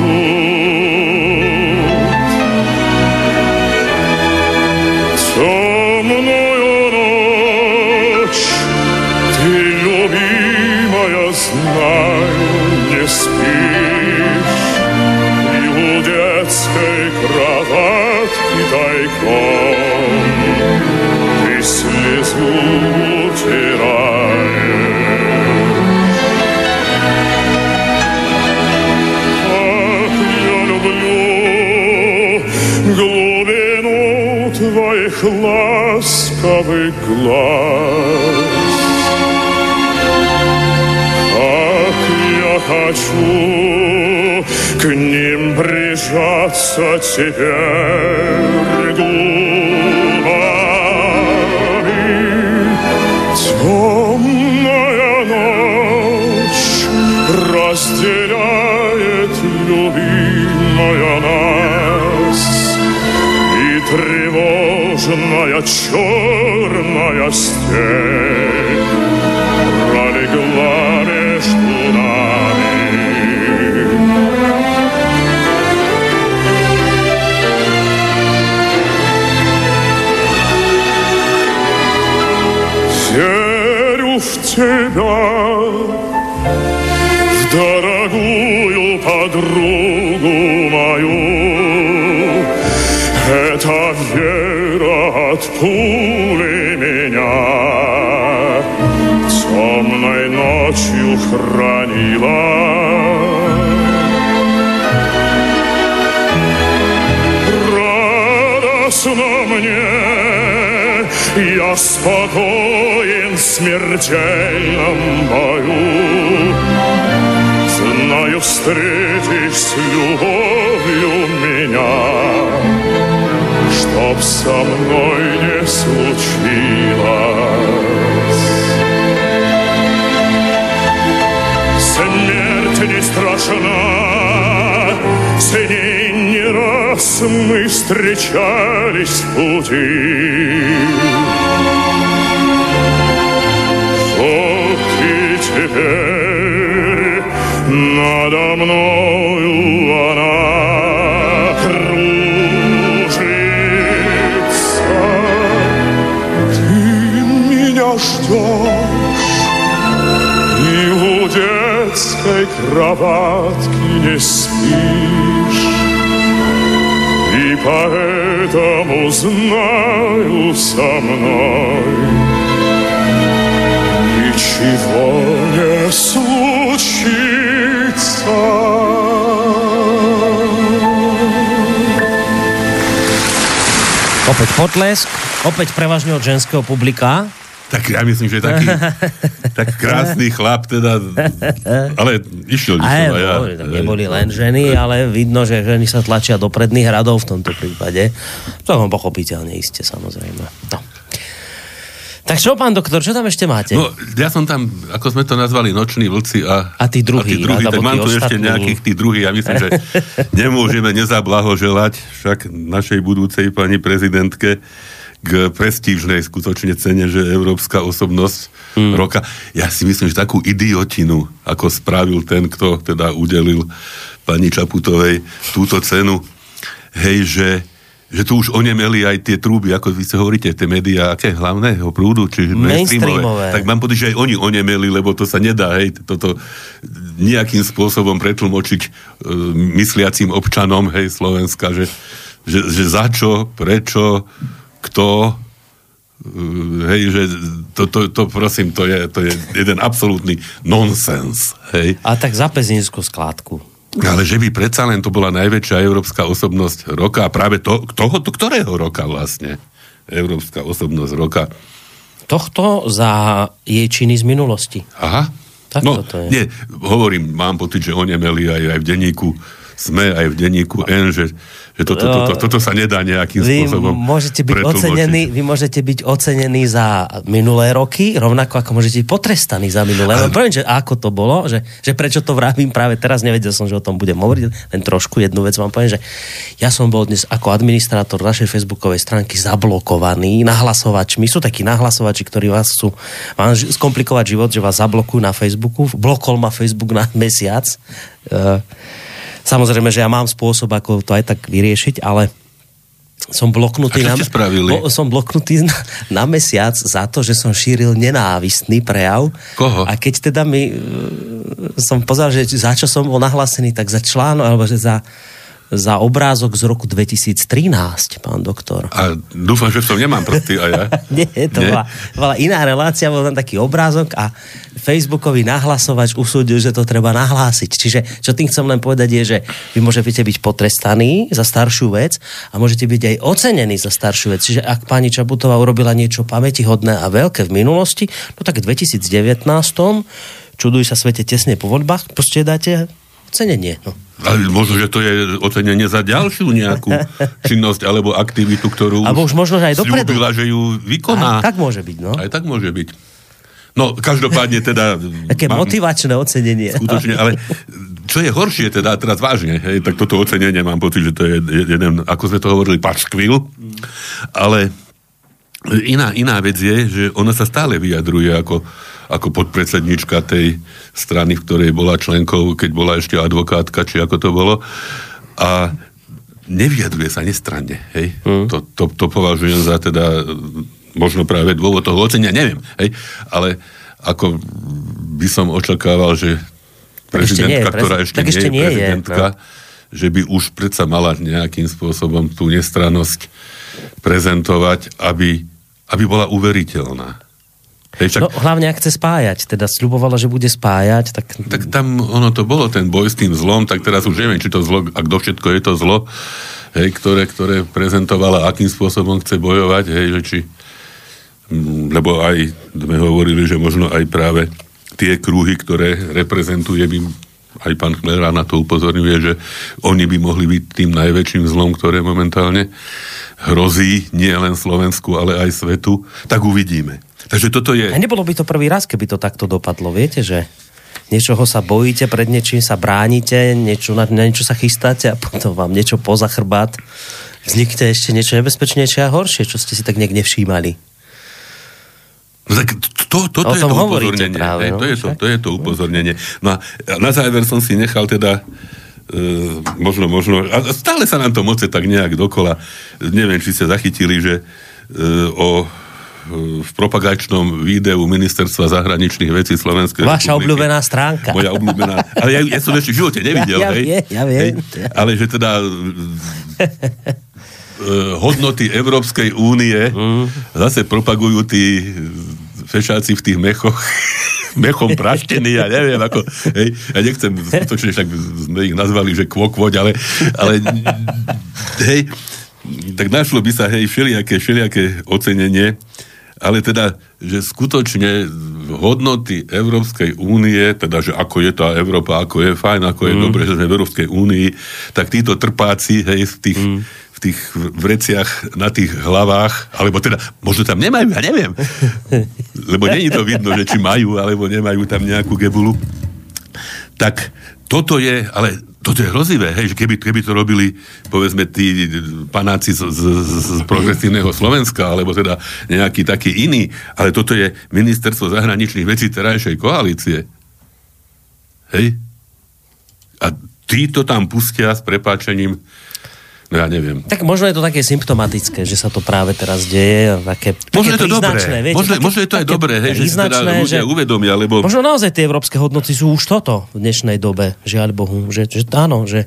Темная ночь, ты, любимая, знаю, не спишь, и у детской кроватки тайком ты слезаешь слезу утирает. Как я люблю глубину твоих ласковых глаз. Как я хочу к ним прижаться теперь губами. Темная ночь разделяет любимая нас, и тревожная черная степь пролегла между нами. Верю в тебя, в дорогую подругу мою. Эта вера от пули меня темной ночью хранила. Радостно мне, я спокоен в смертельном бою. Знаю, встретишь с любовью меня, чтоб со мной не случилось. Смерть не страшна, с ней не раз мы встречались в пути. Вот и теперь надо мною она кружится. Ты меня ждешь, и у детской кроватки не спишь, и поэтому знаю, со мной ничего не случится. Opäť potlesk, opäť prevažne od ženského publika. Tak ja myslím, že taký tak krásny chlap, teda, ale išiel by som aj ja. Neboli len ženy, ale vidno, že ženy sa tlačia do predných radov v tomto prípade. To vám pochopiteľne iste, samozrejme. No. Tak čo, pán doktor, čo tam ešte máte? No, ja som tam, ako sme to nazvali, noční vlci a tí druhí. Tak mám tu ešte nejakých tých druhých. Ja myslím, že nemôžeme nezablahoželať však našej budúcej pani prezidentke k prestížnej skutočne cene, že Európska osobnosť roka. Ja si myslím, že takú idiotinu, ako spravil ten, kto teda udelil pani Čaputovej túto cenu, hej, že tu už onemeli aj tie trúby, ako vy sa hovoríte, tie médiá, aké hlavného prúdu, či mainstreamové. Tak mám pocit, že aj oni onemeli, lebo to sa nedá, hej, toto nejakým spôsobom pretlmočiť mysliacím občanom, hej, Slovenska, že za čo, prečo, kto, hej, že to prosím, to je jeden absolútny nonsens, hej. A tak za Pezinskú skládku. Ale že by predsa len to bola najväčšia európska osobnosť roka a práve ktorého roka vlastne európska osobnosť roka? Tohto za jej činy z minulosti. Aha. Tak no, to je. Nie, hovorím, mám pocit, že onemeli aj v denníku SME, aj v denníku N, že toto sa nedá nejakým spôsobom Vy môžete byť ocenení za minulé roky, rovnako ako môžete byť potrestaní za minulé. Ale poviem, že ako to bolo, že prečo to vravím práve teraz, nevedel som, že o tom budem hovoriť, len trošku jednu vec vám poviem, že ja som bol dnes ako administrátor našej facebookovej stránky zablokovaný nahlasovačmi. Sú takí nahlasovači, ktorí vám skomplikovať život, že vás zablokujú na Facebooku. Blokol ma Facebook na mesiac. Samozrejme, že ja mám spôsob, ako to aj tak vyriešiť, ale som bloknutý na mesiac za to, že som šíril nenávistný prejav. Koho? A keď teda som pozeral, že za čo som bol nahlásený, tak za článok, alebo že za za obrázok z roku 2013, pán doktor. A dúfam, že som nemám prsty a ja. Nie, to bola iná relácia, bol tam taký obrázok a Facebookový nahlasovač usúdil, že to treba nahlásiť. Čiže, čo tým chcem len povedať je, že vy môžete byť potrestaní za staršiu vec a môžete byť aj ocenení za staršiu vec. Čiže ak pani Čaputová urobila niečo pamätihodné a veľké v minulosti, no tak v 2019 čuduj sa svete tesne po voľbách, proste dáte ocenenie. No. Ale možno, že to je ocenenie za ďalšiu nejakú činnosť alebo aktivitu, ktorú už možno, že aj dopredu sľúbila, že ju vykoná. Aj tak môže byť, no. Aj tak môže byť. No, každopádne teda... Také motivačné ocenenie. Skutočne, ale čo je horšie teda, teraz vážne, hej, tak toto ocenenie mám pocit, že to je jeden, ako sme to hovorili, paškvil, ale iná vec je, že ona sa stále vyjadruje ako podpredsednička tej strany, v ktorej bola členkou, keď bola ešte advokátka, či ako to bolo. A nevyjadruje sa nestranne. Hej? To považujem za teda možno práve dôvod toho ocenia, neviem. Hej? Ale ako by som očakával, že prezidentka, ktorá ešte nie je prezidentka, že by už predsa mala nejakým spôsobom tú nestrannosť prezentovať, aby bola uveriteľná. No, hlavne ak chce spájať, teda sľubovala, že bude spájať, tak tam ono to bolo, ten boj s tým zlom, tak teraz už neviem, či to zlo, a kto všetko je to zlo, hej, ktoré prezentovala, akým spôsobom chce bojovať, hej, že či, lebo aj sme hovorili, že možno aj práve tie kruhy, ktoré reprezentuje, by aj pán Chmelár na to upozorňuje, že oni by mohli byť tým najväčším zlom, ktoré momentálne hrozí nie len Slovensku, ale aj svetu, tak uvidíme. Takže toto je... A nebolo by to prvý raz, keby to takto dopadlo, viete, že niečoho sa bojíte, pred niečím sa bránite, na niečo sa chystáte a potom vám niečo poza chrbát vznikne ešte niečo nebezpečnejšie a horšie, čo ste si tak niekde nevšímali. No tak toto je to upozornenie. Práve, no? To je to upozornenie. No a na záver som si nechal teda možno, a stále sa nám to moce tak nejak dokola. Neviem, či ste zachytili, že v propagačnom videu Ministerstva zahraničných vecí Slovenskej Vaša obľúbená stránka. Moja obľúbená. Ale ja som ešte v živote nevidel. Ja viem. Ale že teda hodnoty Európskej únie zase propagujú tí fešáci v tých mechom praštení, ja neviem, ako, hej, ja nechcem, skutočne však sme ich nazvali, že kvokvoď, ale hej, tak našlo by sa, hej, všelijaké ocenenie, ale teda, že skutočne hodnoty Európskej únie, teda, že ako je tá Európa, ako je fajn, ako je dobre, že sme v Európskej únii, tak títo trpáci, hej, v tých vreciach na tých hlavách, alebo teda, možno tam nemajú, ja neviem. Lebo nie je to vidno, že či majú, alebo nemajú tam nejakú gebulu. Tak toto je, ale toto je hrozivé, hej, že keby to robili, povedzme, tí panáci z progresívneho Slovenska, alebo teda nejaký taký iný, ale toto je Ministerstvo zahraničných vecí terajšej koalície. Hej? A títo tam pustia s prepáčením. No ja neviem. Tak možno je to také symptomatické, že sa to práve teraz deje. Možno je to dobré. Možno je to aj dobré, hej, že si teda ľudia uvedomia, lebo... Možno naozaj tie európske hodnoty sú už toto v dnešnej dobe, žiaľ Bohu. Že áno, že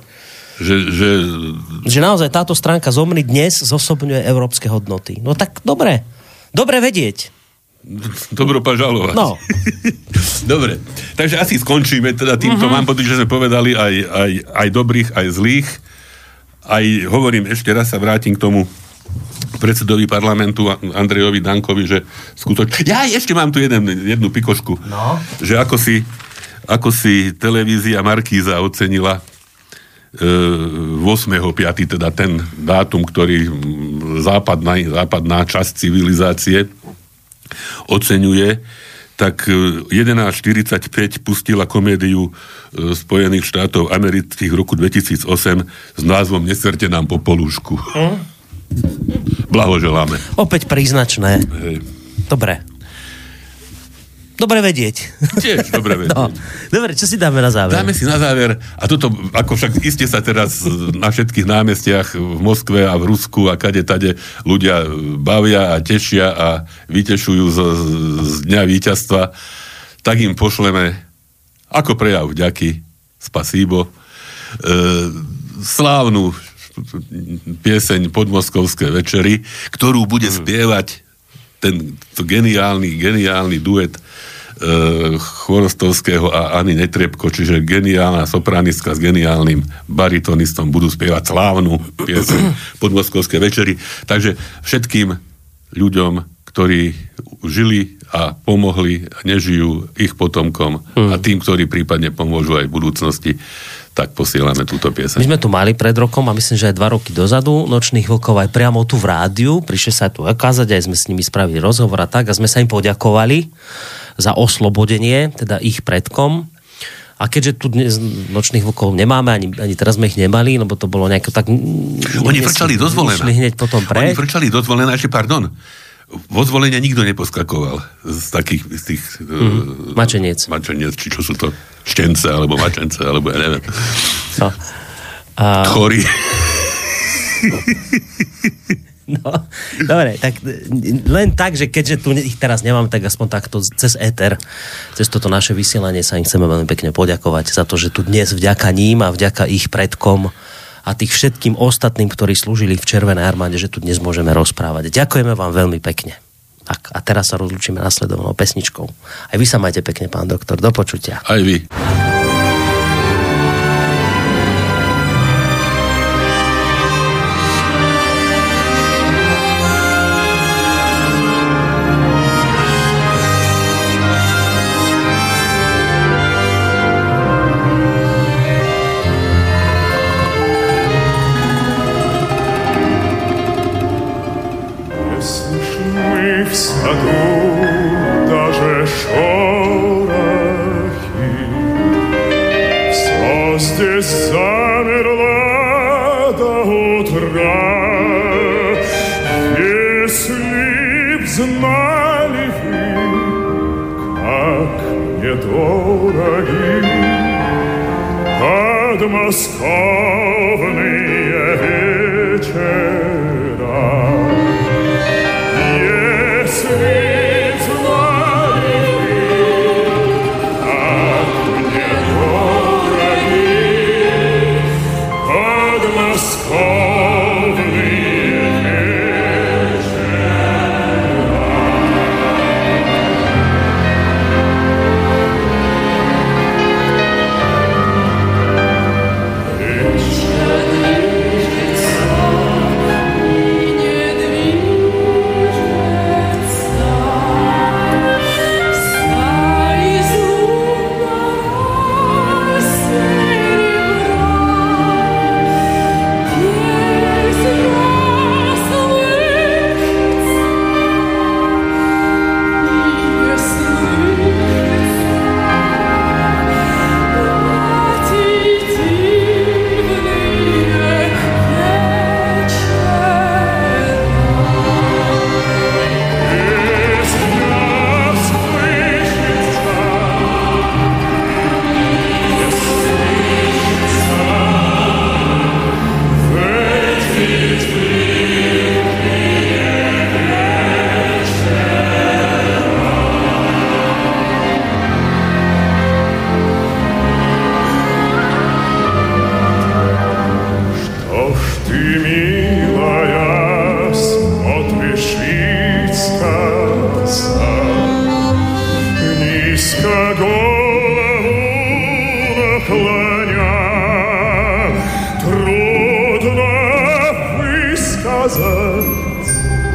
naozaj táto stránka Zomri dnes zosobňuje európske hodnoty. No tak dobre. Dobre vedieť. Dobro požalovať. No. Dobre. Takže asi skončíme. Teda týmto mám pocit, že sme povedali aj dobrých, aj zlých. Aj hovorím, ešte raz sa vrátim k tomu predsedovi parlamentu Andrejovi Dankovi, že skutočne... Ja ešte mám tu jednu pikošku. No. Že ako si televízia Markíza ocenila 8.5., teda ten dátum, ktorý západná časť civilizácie oceňuje, tak 11.45 pustila komédiu Spojených štátov amerických roku 2008 s názvom Neserte nám popolúšku. Blahoželáme. Opäť príznačné. Hej. Dobre. Dobre vedieť. Tiež dobre vedieť. No. Dobre, čo si dáme na záver? Dáme si na záver, a toto, ako však iste sa teraz na všetkých námestiach v Moskve a v Rusku a kade-tade ľudia bavia a tešia a vytešujú z dňa víťazstva, tak im pošleme ako prejav vďaky, spasíbo, slávnu pieseň Podmoskovské večery, ktorú bude spievať tento geniálny duet Chvorostovského a Anny Netrebko, čiže geniálna sopranistka s geniálnym baritonistom budú spievať slávnu pieseň Podmoskovské večery. Takže všetkým ľuďom, ktorí žili a pomohli, nežijú ich potomkom a tým, ktorí prípadne pomôžu aj v budúcnosti, tak posielame túto pieseň. My sme tu mali pred rokom a myslím, že aj 2 roky dozadu Nočných vlkov aj priamo tu v rádiu. Prišli sa tu ukázať, aj sme s nimi spravili rozhovor a tak a sme sa im poďakovali za oslobodenie, teda ich predkom. A keďže tu dnes Nočných vlkov nemáme, ani teraz sme ich nemali, lebo to bolo nejako tak... Oni frčali do Zvolena. Hneď potom Oni frčali do Zvolena, pardon. Vo Zvolenia nikto neposkakoval z tých mačeniec, či čo sú to štence, alebo mačence, alebo ja neviem. No. Chorí. No, dobre, tak len tak, že keďže tu ich teraz nemám, tak aspoň takto cez éter, cez toto naše vysielanie sa im chceme veľmi pekne poďakovať za to, že tu dnes vďaka ním a vďaka ich predkom a tých všetkým ostatným, ktorí slúžili v Červenej armáde, že tu dnes môžeme rozprávať. Ďakujeme vám veľmi pekne. Tak, a teraz sa rozlúčime nasledovnou pesničkou. Aj vy sa majte pekne, pán doktor. Do počutia. Aj vy. Подмосковные вечера, если знали вы, как мне дороги подмосковные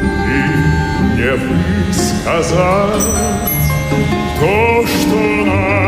сказать то, что нам